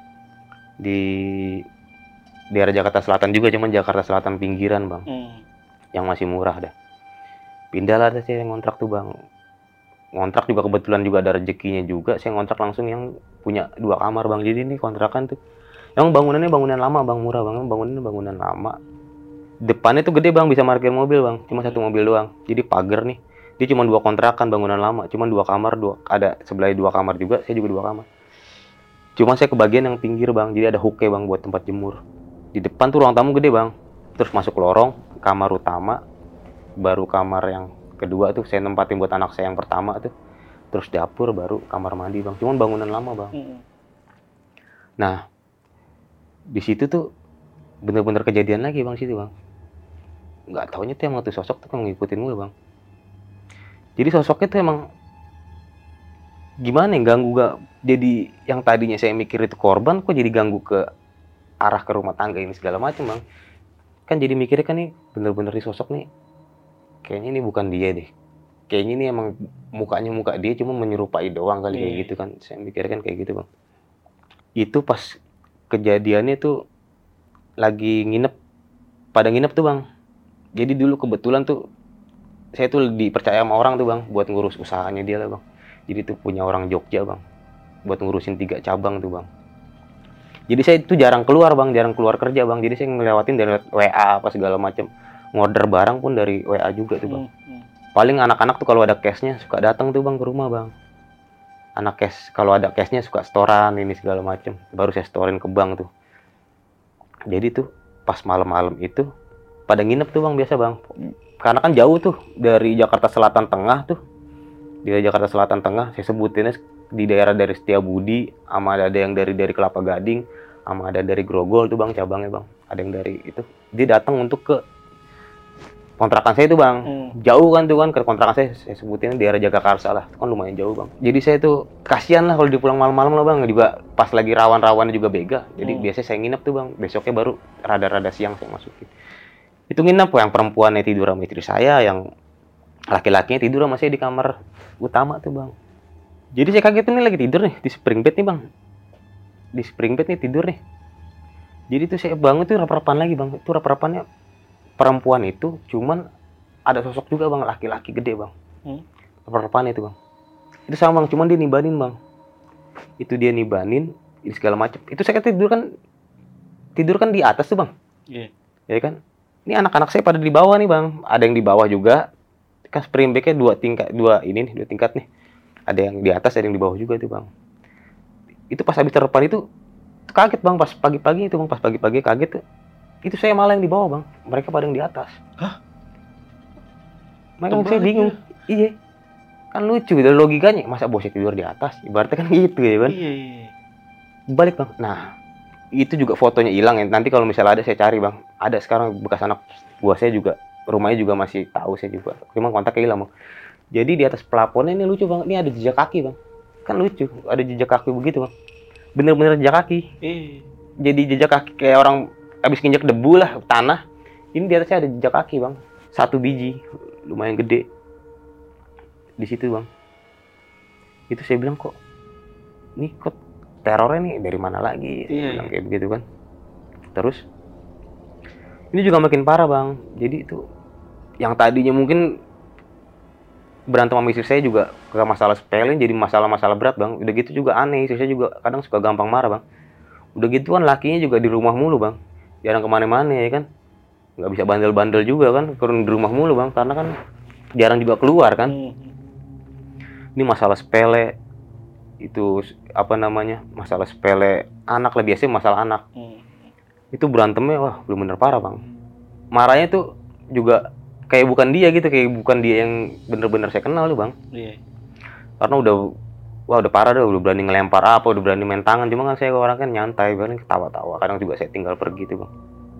S3: Di daerah Jakarta Selatan juga, cuman Jakarta Selatan pinggiran bang. Yang masih murah dah. Pindah lah saya ngontrak tuh bang. Ngontrak juga kebetulan juga ada rezekinya juga. Saya ngontrak langsung yang punya 2 kamar bang. Jadi ini kontrakan tuh. Yang bangunannya bangunan lama bang, murah bang. Bangunannya bangunan lama. Depannya tuh gede bang, bisa parkir mobil bang. Cuma 1 mobil doang. Jadi pagar nih. Dia cuma 2 kontrakan bangunan lama. Cuma 2 kamar, ada sebelahnya 2 kamar juga. Saya juga 2 kamar. Cuma saya kebagian yang pinggir bang. Jadi ada hooknya bang buat tempat jemur. Di depan tuh ruang tamu gede bang. Terus masuk lorong, kamar utama. Baru kamar yang kedua tuh saya nempatin buat anak saya yang pertama tuh. Terus dapur, baru kamar mandi bang. Cuman bangunan lama bang. Nah, di situ tuh bener-bener kejadian lagi bang situ bang. Nggak taunya tuh emang tuh sosok tuh kan ngikutin gue bang. Jadi sosoknya tuh emang gimana ya, ganggu gak. Jadi yang tadinya saya mikir itu korban, kok jadi ganggu ke arah ke rumah tangga ini segala macam bang. Kan jadi mikirnya kan nih bener-bener di sosok nih, kayaknya ini bukan dia deh. Kayaknya ini emang mukanya muka dia, cuma menyerupai doang kali kayak gitu kan. Saya mikirnya kan kayak gitu bang. Itu pas kejadiannya tuh lagi pada nginep tuh bang. Jadi dulu kebetulan tuh saya tuh dipercaya sama orang tuh bang buat ngurus usahanya dia lah bang. Jadi tuh punya orang Jogja bang buat ngurusin 3 cabang tuh bang. Jadi saya tuh jarang keluar bang, jarang keluar kerja bang. Jadi saya ngelewatin dari WA apa segala macam. Ngorder barang pun dari WA juga tuh bang. Paling anak-anak tuh kalau ada cashnya suka datang tuh bang ke rumah bang. Anak cash kalau ada cashnya suka storan ini segala macam. Baru saya storin ke bank tuh. Jadi tuh pas malam-malam itu pada nginep tuh bang biasa bang. Karena kan jauh tuh dari Jakarta Selatan Tengah tuh. Di Jakarta Selatan Tengah, saya sebutinnya di daerah dari Setiabudi, sama ada yang dari Kelapa Gading, sama ada dari Grogol tuh bang cabangnya bang. Ada yang dari itu. Dia datang untuk ke kontrakan saya itu bang. Jauh kan tuh kan ke kontrakan saya sebutin daerah Jagakarsa lah. Kan lumayan jauh bang. Jadi saya tuh kasihan lah kalau dipulang malam-malam lah bang. Pas lagi rawan-rawannya juga bega. Jadi biasanya saya nginep tuh bang. Besoknya baru rada-rada siang saya masukin. Itu nginep yang perempuannya tidur sama istri saya, yang laki-lakinya tidur sama saya di kamar utama tuh bang. Jadi saya kaget nih lagi tidur nih di spring bed nih bang. Di spring bed nih tidur nih. Jadi tuh saya bangun tuh rap-rapan lagi bang. Itu rap-rapannya perempuan itu, cuman ada sosok juga bang, laki-laki gede bang. Rap-rapannya itu bang. Itu sama bang, cuman dia nibanin bang. Itu dia nibanin, ini segala macam. Itu saya tidur kan di atas tuh bang. Iya. Ya kan? Ini anak-anak saya pada di bawah nih bang. Ada yang di bawah juga. Kan spring bed-nya dua tingkat nih. Ada yang di atas, ada yang di bawah juga tuh bang. Itu pas habis terdepan itu kaget bang, pas pagi-pagi itu bang, pas pagi-pagi kaget tuh. Itu saya malah yang di bawah bang, mereka pada yang di atas. Hah? Makanya saya bingung. Iya. Kan lucu gitu logikanya, masa bosnya tidur di atas? Ibaratnya kan gitu ya kan? Iya. Balik bang. Nah, itu juga fotonya hilang ya. Nanti kalau misalnya ada saya cari bang. Ada sekarang bekas anak buah saya juga. Rumahnya juga masih tahu saya juga. Cuma kontaknya hilang bang. Jadi di atas pelafonnya ini lucu bang. Ini ada jejak kaki bang. Kan lucu, ada jejak kaki begitu bang. Bener-bener jejak kaki. Jadi jejak kaki kayak orang habis nginjek debu lah, tanah. Ini di atasnya ada jejak kaki bang. 1 biji, lumayan gede. Di situ bang. Itu saya bilang kok, ini kok terornya nih dari mana lagi? Bilang kayak begitu kan. Terus, ini juga makin parah bang. Jadi itu, yang tadinya mungkin berantem sama istri saya juga ke masalah sepele jadi masalah-masalah berat bang. Udah gitu juga aneh, istri saya juga kadang suka gampang marah bang. Udah gitu kan lakinya juga di rumah mulu bang. Jarang kemana-mana ya kan. Nggak bisa bandel-bandel juga kan. Turun di rumah mulu bang. Karena kan jarang juga keluar kan. Ini masalah sepele. Itu apa namanya. Masalah sepele anak lah. Biasanya masalah anak. Itu berantemnya wah belum bener parah bang. Marahnya tuh juga kayak bukan dia gitu. Kayak bukan dia yang bener-bener saya kenal tuh bang. Karena udah parah dah, udah berani ngelempar apa, udah berani main tangan. Cuma kan saya orang kan nyantai, berani ketawa-tawa. Kadang juga saya tinggal pergi tuh bang.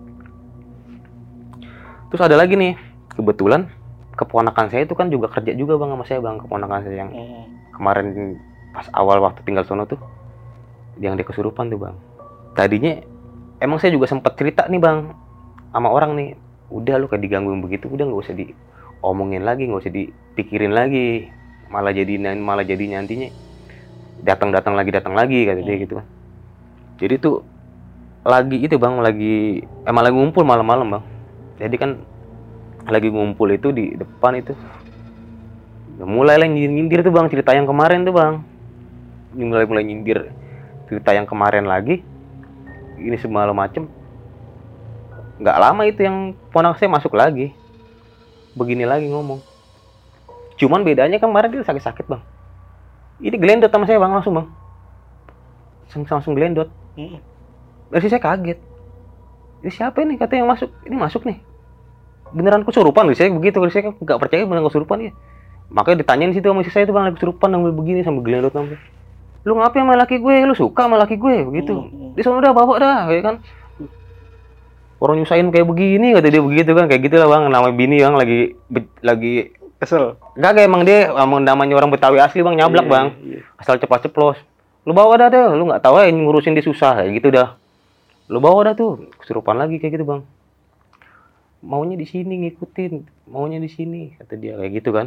S3: Terus ada lagi nih, kebetulan keponakan saya itu kan juga kerja juga bang sama saya bang. Keponakan saya yang kemarin pas awal waktu tinggal sono tuh, yang dia kesurupan tuh bang. Tadinya emang saya juga sempat cerita nih bang sama orang nih. Udah lu kayak digangguin begitu, udah nggak usah diomongin lagi, nggak usah dipikirin lagi. Malah jadi nantinya datang lagi kata dia gitu kan. Jadi tuh lagi itu bang, emang lagi ngumpul malam-malam bang. Jadi kan lagi ngumpul itu di depan itu. Mulai nyindir tuh bang, cerita yang kemarin tuh bang. Mulai nyindir cerita yang kemarin lagi. Ini segala macem. Nggak lama itu yang ponak saya masuk lagi. Begini lagi ngomong. Cuman bedanya kemarin dia sakit-sakit bang. Ini gelendot sama saya bang, langsung bang. Langsung gelendot. Dari saya kaget. Ini siapa ini katanya yang masuk? Ini masuk nih. Beneran kesurupan loh, saya begitu. Saya nggak percaya beneran kesurupan ya. Makanya ditanyain situ sama istri saya tuh bang, lagi kesurupan sambil begini, sambil gelendot sampai. Lu ngapain sama laki gue? Lu suka sama laki gue? Begitu. Di sana udah bawa dah, kayak kan. Orang nyusahin kayak begini, kata dia begitu kan. Kayak gitu lah bang, namanya bini bang, lagi kesel. Enggak, emang dia namanya orang Betawi asli bang, nyablak bang. Asal ceplos. Lu bawa dah deh, lu nggak tahu ya ngurusin dia susah kayak gitu dah. Lu bawa dah tuh, kesurupan lagi kayak gitu bang. Maunya di sini ngikutin, maunya di sini kata dia kayak gitu kan.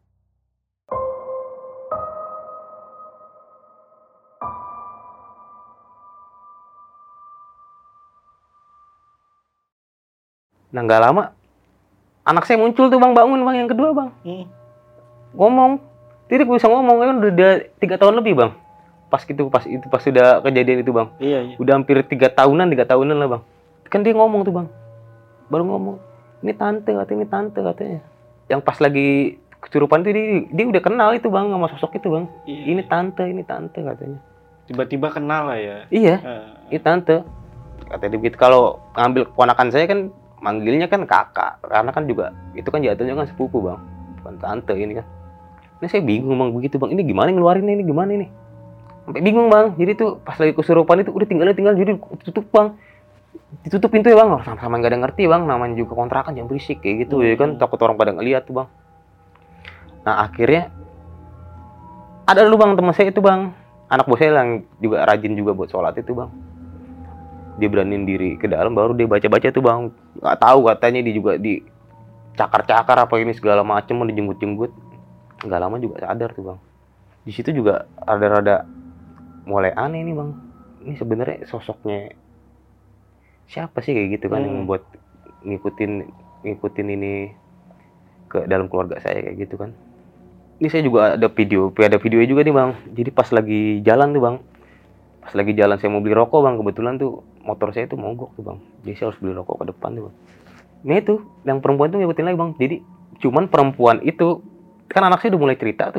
S3: Nah nggak lama anak saya muncul tuh bang, bangun bang yang kedua bang. Ngomong. Jadi gue bisa ngomong kan udah 3 tahun lebih bang. Pas sudah kejadian itu bang. Iya. Udah hampir 3 tahunan lah bang. Kan dia ngomong tuh bang. Baru ngomong. Ini tante katanya. Yang pas lagi kesurupan tuh dia udah kenal itu bang sama sosok itu bang. Iya. Ini tante katanya.
S2: Tiba-tiba kenal lah ya.
S3: Iya. Ini tante. Katanya begitu. Kalau ngambil keponakan saya kan manggilnya kan kakak, karena kan juga itu kan jatuhnya kan sepupu bang, bukan tante ini kan. Ini saya bingung bang begitu bang, ini gimana ngeluarinnya, ini gimana ini? Sampai bingung bang. Jadi tuh pas lagi kesurupan itu udah tinggal jadi tutup bang, ditutup pintu ya bang, sama-sama nggak ada ngerti bang, namanya juga kontrakan yang berisik kayak gitu ya kan, takut orang pada ngeliat tuh bang. Nah akhirnya ada dulu bang teman saya itu bang, anak bos saya yang juga rajin juga buat sholat itu bang. Dia beraniin diri ke dalam, baru dia baca-baca tuh bang. Nggak tahu katanya dia juga di cakar-cakar apa ini segala macem, dijenggut-jenggut. Nggak lama juga sadar tuh bang. Di situ juga rada-rada mulai aneh nih bang. Ini sebenarnya sosoknya siapa sih kayak gitu kan yang membuat ngikutin ini ke dalam keluarga saya kayak gitu kan. Ini saya juga ada videonya juga nih bang. Jadi pas lagi jalan tuh bang, pas lagi jalan saya mau beli rokok bang, kebetulan tuh motor saya tuh mogok tuh bang, jadi saya harus beli rokok ke depan tuh bang. Nah itu yang perempuan tuh ngikutin lagi bang. Jadi cuman perempuan itu kan anak saya udah mulai cerita.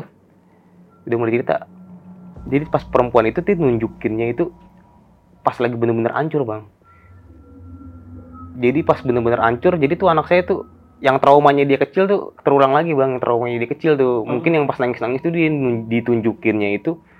S3: Jadi pas perempuan itu tuh nunjukinnya itu pas lagi bener-bener hancur bang. Jadi pas bener-bener hancur, jadi tuh anak saya tuh yang traumanya dia kecil tuh terulang lagi bang. Traumanya dia kecil tuh mungkin yang pas nangis-nangis tuh dia ditunjukinnya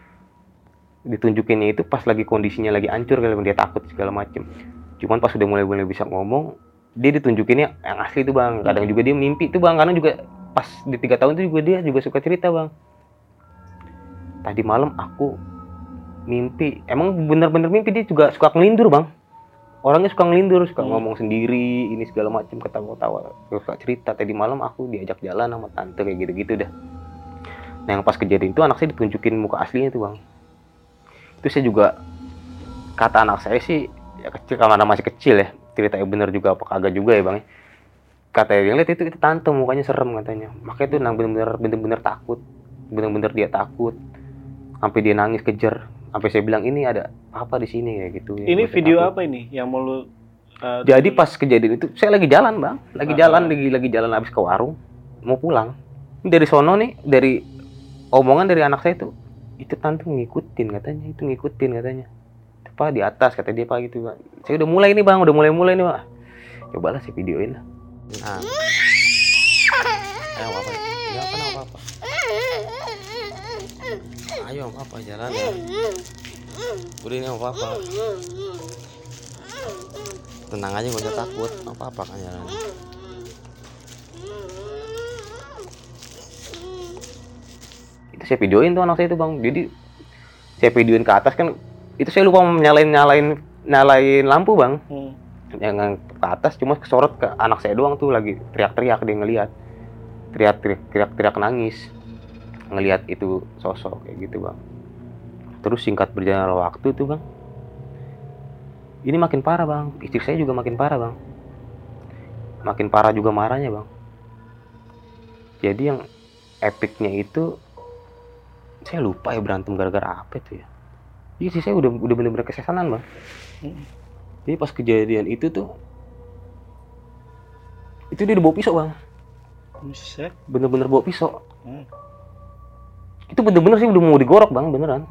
S3: itu pas lagi kondisinya lagi hancur, kalau dia takut segala macem. Cuman pas udah mulai bisa ngomong, dia ditunjukinnya yang asli tuh bang. Kadang juga dia mimpi tuh bang, karena juga pas di 3 tahun itu juga dia juga suka cerita bang. Tadi malam aku mimpi, emang bener-bener mimpi, dia juga suka ngelindur bang. Orangnya suka ngelindur, suka ngomong sendiri, ini segala macem, ketawa-tawa, suka cerita. Tadi malam aku diajak jalan sama tante kayak gitu-gitu dah. Nah yang pas kejadian itu anak saya ditunjukin muka aslinya tuh bang. Itu saya juga, kata anak saya sih ya kecil, karena masih kecil ya, ceritanya bener juga apa kagak juga ya bang. Katanya yang lihat itu tante mukanya serem katanya, makanya tuh bener-bener takut, bener-bener dia takut, sampai dia nangis kejar, sampai saya bilang ini ada apa di sini kayak gitu.
S2: Ini video takut. Apa ini yang mau lu?
S3: Jadi pas kejadian itu saya lagi jalan bang, lagi jalan habis ke warung, mau pulang. Dari sono nih, dari omongan dari anak saya tuh, itu tante ngikutin katanya. Apa di atas kata dia pak gitu bang. Saya udah mulai nih bang, nih bang. Cobalah saya videoin lah. Nah. Ayo apa? Ya apa? Ayo apa jalan ya. Udah ini apa? Tenang aja, gak usah takut. Apa kan jalan. Itu saya videoin tuh anak saya itu bang. Jadi saya videoin ke atas kan. Itu saya lupa nyalain lampu bang. Yang ke atas cuma kesorot ke anak saya doang tuh, lagi teriak-teriak, dia ngelihat. Teriak-teriak nangis. Ngelihat itu sosok kayak gitu bang. Terus singkat berjalan waktu tuh bang, ini makin parah bang. Istri saya juga makin parah bang. Makin parah juga marahnya bang. Jadi yang epicnya itu, saya lupa ya berantem gara-gara apa itu ya. Jadi istri saya udah bener-bener kesesanan bang. Jadi pas kejadian itu tuh, itu dia bawa pisau bang. Bener-bener bawa pisau. Itu bener-bener sih udah mau digorok bang, beneran.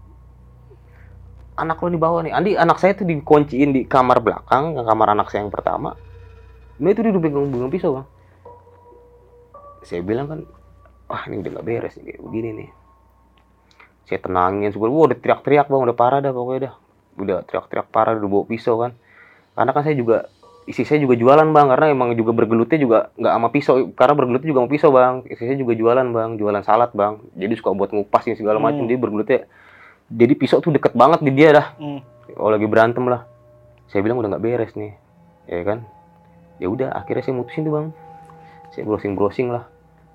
S3: Anak lo dibawa nih, Andi anak saya tuh dikunciin di kamar belakang, kamar anak saya yang pertama. Nah itu dia udah pegang pisau bang. Saya bilang kan, wah ini udah gak beres nih kayak begini nih. Saya tenangin, udah teriak-teriak bang, udah parah dah pokoknya dah. Udah teriak-teriak parah, udah bawa pisau kan. Karena kan saya juga, istri saya juga jualan bang, karena emang juga bergelutnya juga nggak sama pisau, karena bergelutnya juga sama pisau bang. Istri saya juga jualan bang, jualan salad bang. Jadi suka buat ngupas ini segala macam, dia bergelutnya. Jadi pisau tuh deket banget di dia dah. Oh lagi berantem lah. Saya bilang udah nggak beres nih, ya kan. Ya udah, akhirnya saya mutusin tuh bang. Saya browsing lah.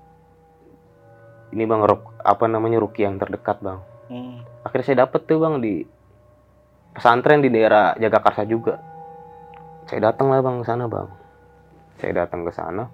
S3: Ini bang, ruqyah yang terdekat bang. Akhirnya saya dapet tuh bang di pesantren di daerah Jagakarsa juga. Saya datang lah bang ke sana bang. Saya datang ke sana.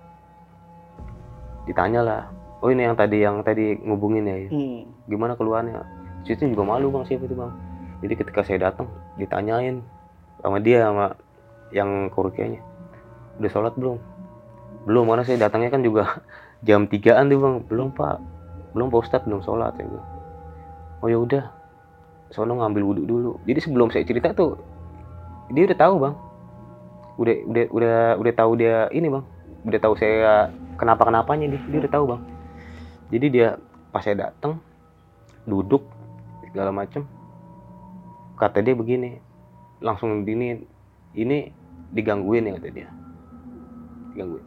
S3: Ditanya lah, oh ini yang tadi ngubungin ya. Gimana keluarnya? Situ juga malu bang, siapa itu bang. Jadi ketika saya datang ditanyain sama dia, sama yang ruqyahnya, udah sholat belum? Belum, mana saya datangnya kan juga jam 3-an tuh bang. Belum pak Ustadz, belum sholat ya bang. Oh ya udah, sono ngambil wudhu dulu. Jadi sebelum saya cerita tuh dia udah tahu bang. udah tahu dia ini bang, udah tahu saya kenapanya dia udah tahu bang. Jadi dia pas saya datang duduk segala macem, kata dia begini, langsung ini digangguin ya, kata dia, digangguin.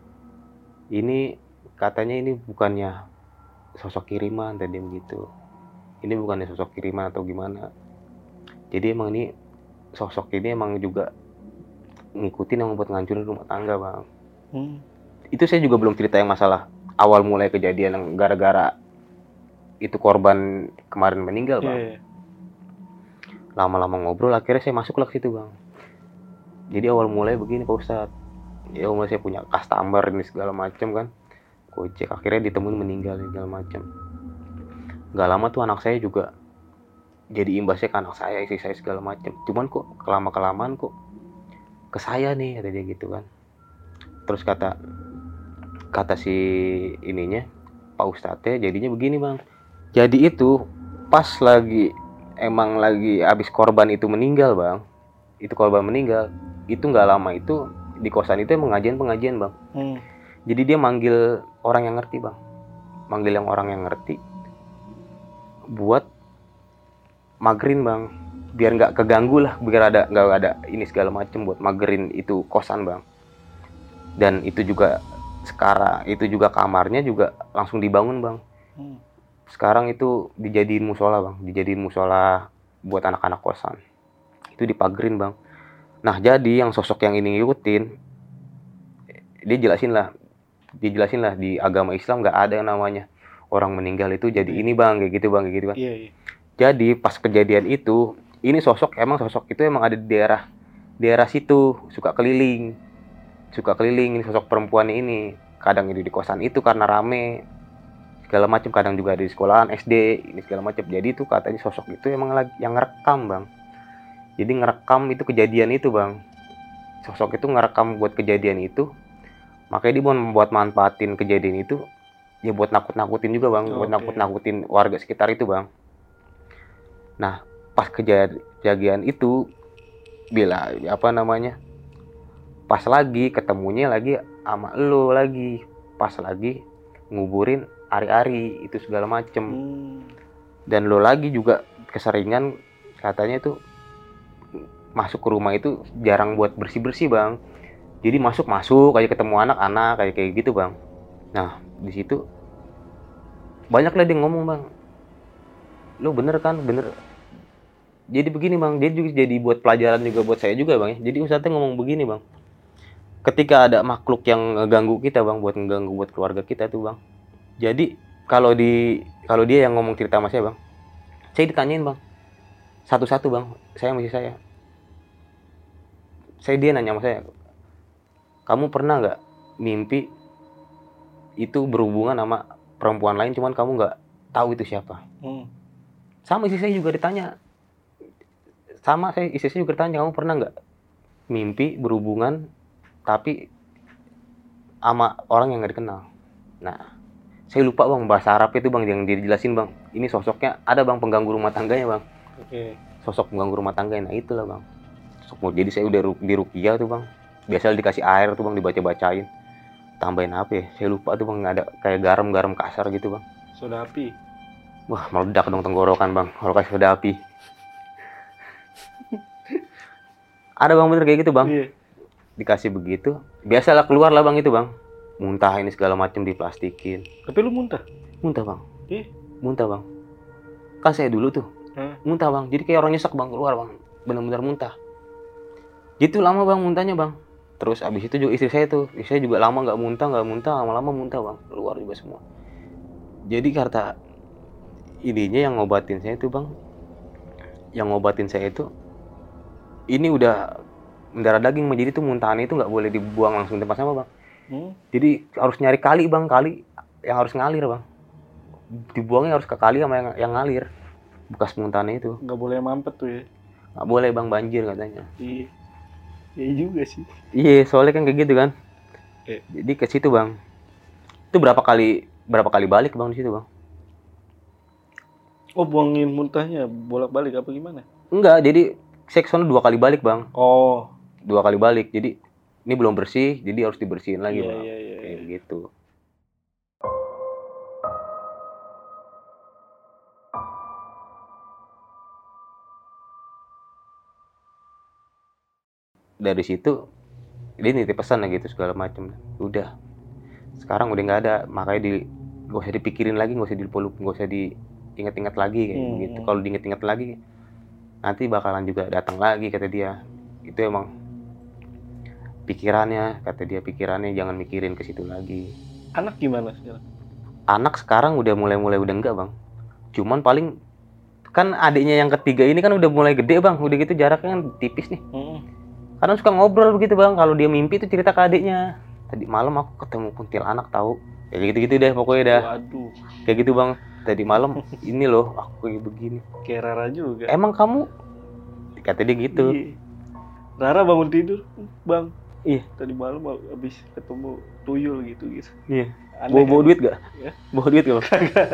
S3: Ini katanya ini bukannya sosok kiriman, tadi begitu. Ini bukannya sosok kiriman atau gimana. Jadi emang ini sosok ini emang juga ngikutin yang buat ngancurin rumah tangga bang. Itu saya juga belum cerita yang masalah awal mulai kejadian yang gara-gara itu korban kemarin meninggal bang. Lama-lama ngobrol akhirnya saya masuk ke situ bang. Jadi awal mulai begini Pak Ustadz. Ya umur saya punya customer ini segala macam kan. Gojek akhirnya ditemuin meninggal segala macam. Gak lama tuh anak saya juga jadi imbasnya ke anak saya, istri saya segala macam. Cuman kok kelamaan kok ke saya nih, kata dia gitu kan. Terus kata si ininya Pak Ustadz jadinya begini bang. Jadi itu pas lagi abis korban itu meninggal bang, itu korban meninggal, itu nggak lama itu di kosan itu emang pengajian bang. Jadi dia manggil orang yang ngerti bang, orang yang ngerti buat magerin bang, biar nggak keganggu lah, biar nggak ada ini segala macem, buat magerin itu kosan bang. Dan itu juga kamarnya juga langsung dibangun bang. Sekarang itu dijadiin musola buat anak-anak kosan. Itu dipagerin bang. Nah jadi yang sosok yang ini ngikutin, dia jelasin lah di agama Islam nggak ada yang namanya orang meninggal itu jadi ini bang, kayak gitu bang. Iya. Jadi pas kejadian itu, ini sosok itu emang ada di daerah situ, suka keliling ini sosok perempuan ini. Kadang itu di kosan itu karena rame segala macam, kadang juga di sekolahan SD ini segala macam. Jadi itu katanya sosok itu emang lagi yang ngerekam bang. Jadi ngerekam itu kejadian itu bang. Sosok itu ngerekam buat kejadian itu. Makanya dia buat manfaatin kejadian itu ya buat nakut-nakutin juga bang, buat nakut-nakutin warga sekitar itu bang. Nah pas kejadian itu pas lagi ketemunya lagi sama lo lagi, pas lagi nguburin ari-ari itu segala macem. Dan lo lagi juga keseringan katanya itu masuk ke rumah itu jarang buat bersih-bersih bang. Jadi masuk kayak ketemu anak-anak kayak gitu bang. Nah di situ banyak lah dia ngomong bang, lo bener kan, bener. Jadi begini bang, dia juga jadi buat pelajaran juga buat saya juga bang ya. Jadi Ustadznya ngomong begini bang, ketika ada makhluk yang ngeganggu kita bang, buat keluarga kita tuh bang. Jadi kalau dia yang ngomong cerita sama saya bang, saya ditanyain bang satu-satu bang, dia nanya sama saya, kamu pernah nggak mimpi itu berhubungan sama perempuan lain cuman kamu nggak tahu itu siapa? Sama istri saya juga ditanya, kamu pernah nggak mimpi berhubungan tapi sama orang yang nggak dikenal? Nah saya lupa bang bahasa Arab itu bang yang dijelasin bang. Ini sosoknya ada bang, pengganggu rumah tangganya bang. Sosok pengganggu rumah tangga. Nah itulah bang. Jadi saya udah di ruqyah tuh bang. Biasanya dikasih air tuh bang, dibaca-bacain. Tambahin apa ya? Saya lupa tuh bang, ada kayak garam kasar gitu bang.
S2: Soda api.
S3: Wah meledak dong tenggorokan bang kalau kasih soda api. Ada bang bener kayak gitu bang. Iya. Dikasih begitu, biasalah keluar lah bang itu bang. Muntah ini segala macam diplastikin.
S2: Tapi lu muntah?
S3: Muntah bang. Muntah bang. Kan saya dulu tuh muntah bang. Jadi kayak orang nyesek bang, keluar bang. Benar-benar muntah. Gitu lama bang muntahnya bang. Terus abis itu juga istri saya juga lama nggak muntah, lama-lama muntah bang, keluar juga semua. Jadi kata ininya yang ngobatin saya itu bang, ini udah mendarah daging, jadi tuh muntahan itu nggak boleh dibuang langsung di tempat sampah bang. Jadi harus nyari kali yang harus ngalir bang. Dibuangnya harus ke kali sama yang ngalir bekas muntahannya itu.
S2: Nggak boleh mampet tuh ya?
S3: Nggak boleh bang, banjir katanya.
S2: Iya juga sih.
S3: Iya soalnya kan kayak gitu kan. Jadi ke situ bang. Itu berapa kali balik bang di situ bang?
S2: Oh buangin muntahnya bolak-balik apa gimana?
S3: Enggak, jadi saya kesana 2 kali balik bang.
S2: Oh.
S3: 2 kali balik. Jadi ini belum bersih, jadi harus dibersihin lagi bang. Kayak gitu. Dari situ dia nitip pesan lah gitu segala macam. Udah sekarang udah nggak ada, makanya gak usah dipikirin lagi, gak usah diingat-ingat lagi kayak gitu. Kalau diingat-ingat lagi nanti bakalan juga datang lagi, kata dia. Itu emang pikirannya, kata dia, pikirannya jangan mikirin ke situ lagi.
S2: Anak gimana sekarang?
S3: Anak sekarang udah mulai udah enggak bang, cuman paling kan adiknya yang ketiga ini kan udah mulai gede bang, udah gitu jaraknya kan tipis nih. Kadang suka ngobrol begitu bang, kalau dia mimpi tuh cerita ke adiknya, tadi malam aku ketemu kuntilanak tahu, kayak gitu deh pokoknya dah.
S2: Waduh.
S3: Kayak gitu bang, tadi malam ini loh aku kayak begini.
S2: Kayak Rara juga.
S3: Emang kamu? Kata dia gitu.
S2: Rara bangun tidur, bang.
S3: Iya.
S2: Tadi malam habis ketemu tuyul gitu.
S3: Iya. Bawa duit gak?
S2: Ya?
S3: Bawa duit gak?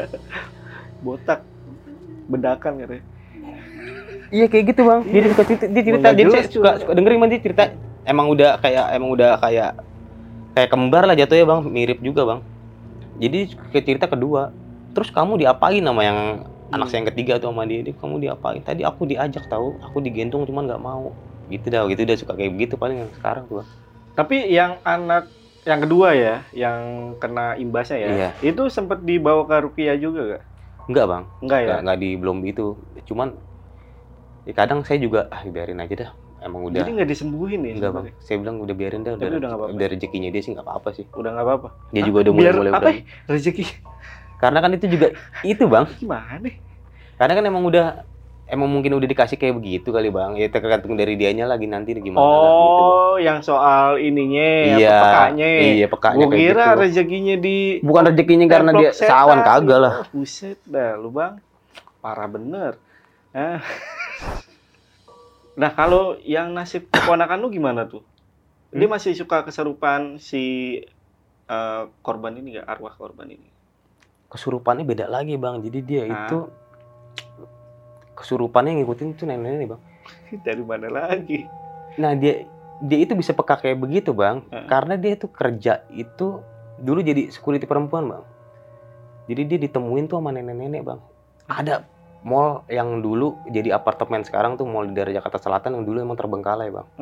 S2: Botak, bedakan katanya.
S3: Iya kayak gitu bang. Dia suka cerita, jadi saya suka dengerin dia cerita. Emang udah kayak kembar lah jatuhnya bang, mirip juga bang. Jadi kayak cerita kedua. Terus kamu diapain sama yang anak saya yang ketiga tuh sama dia? Kamu diapain? Tadi aku diajak tahu, aku digendong cuman nggak mau. Gitu dah suka kayak begitu paling yang sekarang tuh bang.
S2: Tapi yang anak yang kedua ya, yang kena imbasnya ya,
S3: iya.
S2: Itu sempat dibawa ke Rukiah juga gak?
S3: Enggak bang.
S2: Enggak ya?
S3: Enggak belum itu. Cuman ya kadang saya juga biarin aja dah. Emang udah.
S2: Jadi nggak disembuhin ya?
S3: Enggak bang. Saya bilang udah biarin dah. Udah rezekinya dia sih nggak apa-apa sih.
S2: Udah nggak apa-apa.
S3: Dia juga udah mulai
S2: apa ya? Rezeki?
S3: Karena kan itu juga itu bang.
S2: Gimana?
S3: Karena kan emang mungkin udah dikasih kayak begitu kali bang. Ya tergantung dari dianya lagi nanti gimana.
S2: Oh, gitu, yang soal ininya,
S3: iya,
S2: pekanya.
S3: Iya, pekanya
S2: kayak gitu. Gua kira rezekinya di.
S3: Bukan rezekinya karena dia sawan kagak lah.
S2: Buset dah lu bang. Parah bener. Nah kalau yang nasib keponakan lu gimana tuh? Dia masih suka kesurupan si korban ini gak? Arwah korban ini?
S3: Kesurupannya beda lagi bang. Jadi dia itu kesurupannya ngikutin tuh nenek-nenek bang.
S2: Dari mana lagi?
S3: Nah dia itu bisa peka kayak begitu bang. Karena dia tuh kerja itu dulu jadi security perempuan bang. Jadi dia ditemuin tuh sama nenek-nenek bang. Ada mall yang dulu jadi apartemen, sekarang tuh mall di daerah Jakarta Selatan yang dulu emang terbengkalai bang.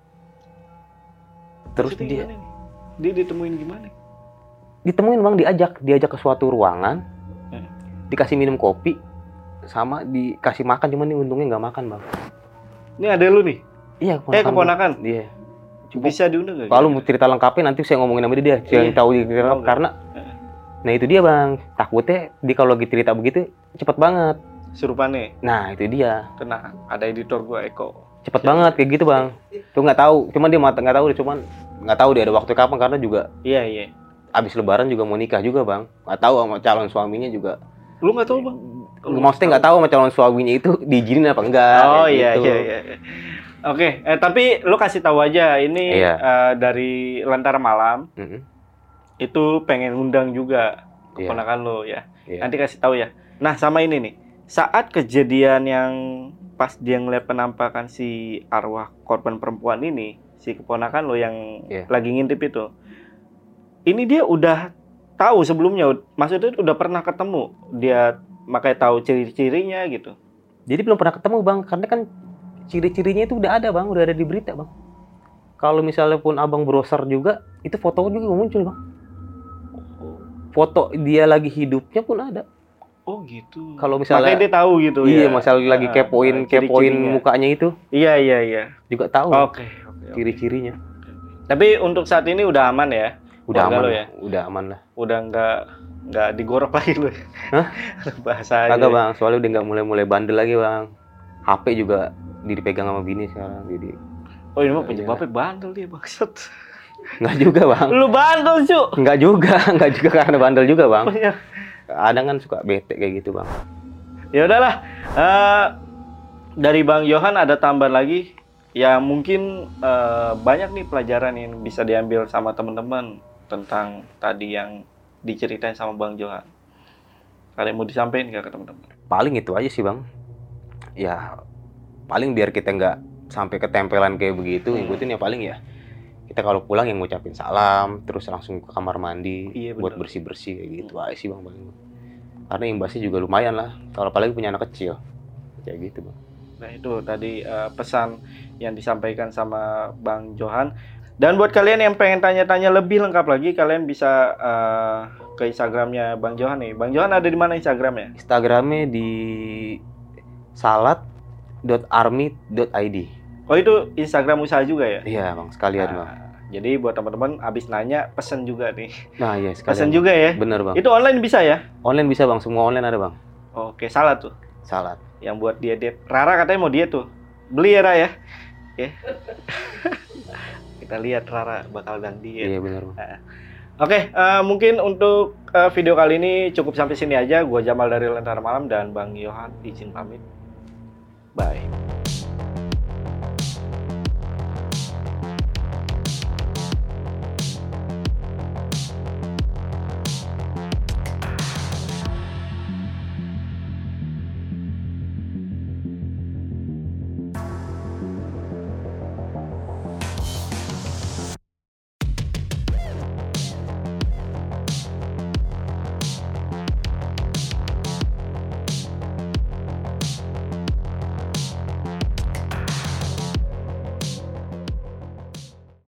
S3: Terus dia
S2: ditemuin gimana?
S3: Ditemuin bang, diajak ke suatu ruangan, dikasih minum kopi, sama dikasih makan, cuman nih untungnya nggak makan bang.
S2: Ini ada lu nih?
S3: Iya
S2: keponakan.
S3: Iya.
S2: Bisa diundang nggak?
S3: Kalau mau cerita lengkapnya nanti saya ngomongin sama dia, yang tahu cerita karena. Nah itu dia bang, takutnya kalau lagi cerita begitu cepet banget.
S2: Surupannya.
S3: Nah itu dia.
S2: Kena ada editor gua Eko.
S3: Cepet banget kayak gitu bang. Tuh nggak tahu, cuman dia nggak tahu, cuman nggak tahu dia ada waktu kapan karena juga.
S2: Iya.
S3: Abis Lebaran juga mau nikah juga bang. Nggak tahu sama calon suaminya juga.
S2: Lu nggak tahu bang?
S3: Maksudnya nggak tahu sama calon suaminya itu diizinin apa enggak?
S2: Oh iya. Oke, tapi lu kasih tahu aja ini dari Lentera Malam. Itu pengen undang juga keponakan lo ya. Nanti kasih tahu ya. Nah sama ini nih, saat kejadian yang pas dia ngeliat penampakan si arwah korban perempuan ini, si keponakan lo yang lagi ngintip itu, ini dia udah tahu sebelumnya, maksudnya udah pernah ketemu, dia makanya tahu ciri-cirinya gitu.
S3: Jadi belum pernah ketemu bang, karena kan ciri-cirinya itu udah ada bang, udah ada di berita bang. Kalau misalnya pun abang browser juga, itu foto juga muncul bang. Foto dia lagi hidupnya pun ada.
S2: Oh gitu.
S3: Kalau misalnya
S2: makanya dia tahu gitu
S3: ya. Iya, misalnya lagi kepoin mukanya itu.
S2: Iya.
S3: Juga tahu.
S2: Oke.
S3: Ciri-cirinya.
S2: Tapi untuk saat ini udah aman ya?
S3: Udah aman
S2: ya?
S3: Udah aman lah.
S2: Udah nggak digorok lagi lu.
S3: Hah?
S2: Bahasa aja.
S3: Kagak bang, soalnya udah nggak mulai bandel lagi bang. HP juga dipegang sama bini sekarang jadi.
S2: Oh ini mah penyebabnya bandel dia maksud.
S3: Nggak juga bang.
S2: Lu bandel cu?
S3: Nggak juga karena bandel juga bang. Kadang kan suka bete kayak gitu bang.
S2: Ya udahlah. Dari Bang Johan ada tambahan lagi. Ya mungkin banyak nih pelajaran yang bisa diambil sama teman-teman tentang tadi yang diceritain sama Bang Johan. Kalian mau disampaikan nggak ke teman-teman?
S3: Paling itu aja sih bang. Ya paling biar kita nggak sampai ketempelan kayak begitu, ikutin ya paling ya. kita kalau pulang yang ngucapin salam, terus langsung ke kamar mandi,
S2: Iya,
S3: buat
S2: bener.
S3: bersih-bersih kayak gitu aja sih bang paling. Karena imbasnya juga lumayan lah, kalau apalagi punya anak kecil, kayak gitu bang.
S2: Nah itu tadi pesan yang disampaikan sama Bang Johan. Dan buat kalian yang pengen tanya-tanya lebih lengkap lagi, kalian bisa ke Instagramnya Bang Johan nih. Bang Johan ada di mana Instagramnya?
S3: Instagramnya di salat.army.id.
S2: Oh itu Instagram usaha juga ya?
S3: Iya bang, sekalian bang.
S2: Jadi buat teman-teman abis nanya pesen juga nih.
S3: Nah iya sekalian.
S2: Pesen juga ya?
S3: Bener bang.
S2: Itu online bisa ya?
S3: Online bisa bang, semua online ada bang.
S2: Oke, salah tuh.
S3: Salat.
S2: Yang buat diet. Rara katanya mau diet tuh. Beli ya Ra ya? Oke. Kita lihat Rara bakal dan diet.
S3: Iya bener bang.
S2: Oke, mungkin untuk video kali ini cukup sampai sini aja. Gua Jamal dari Lentera Malam dan Bang Johan izin pamit. Bye.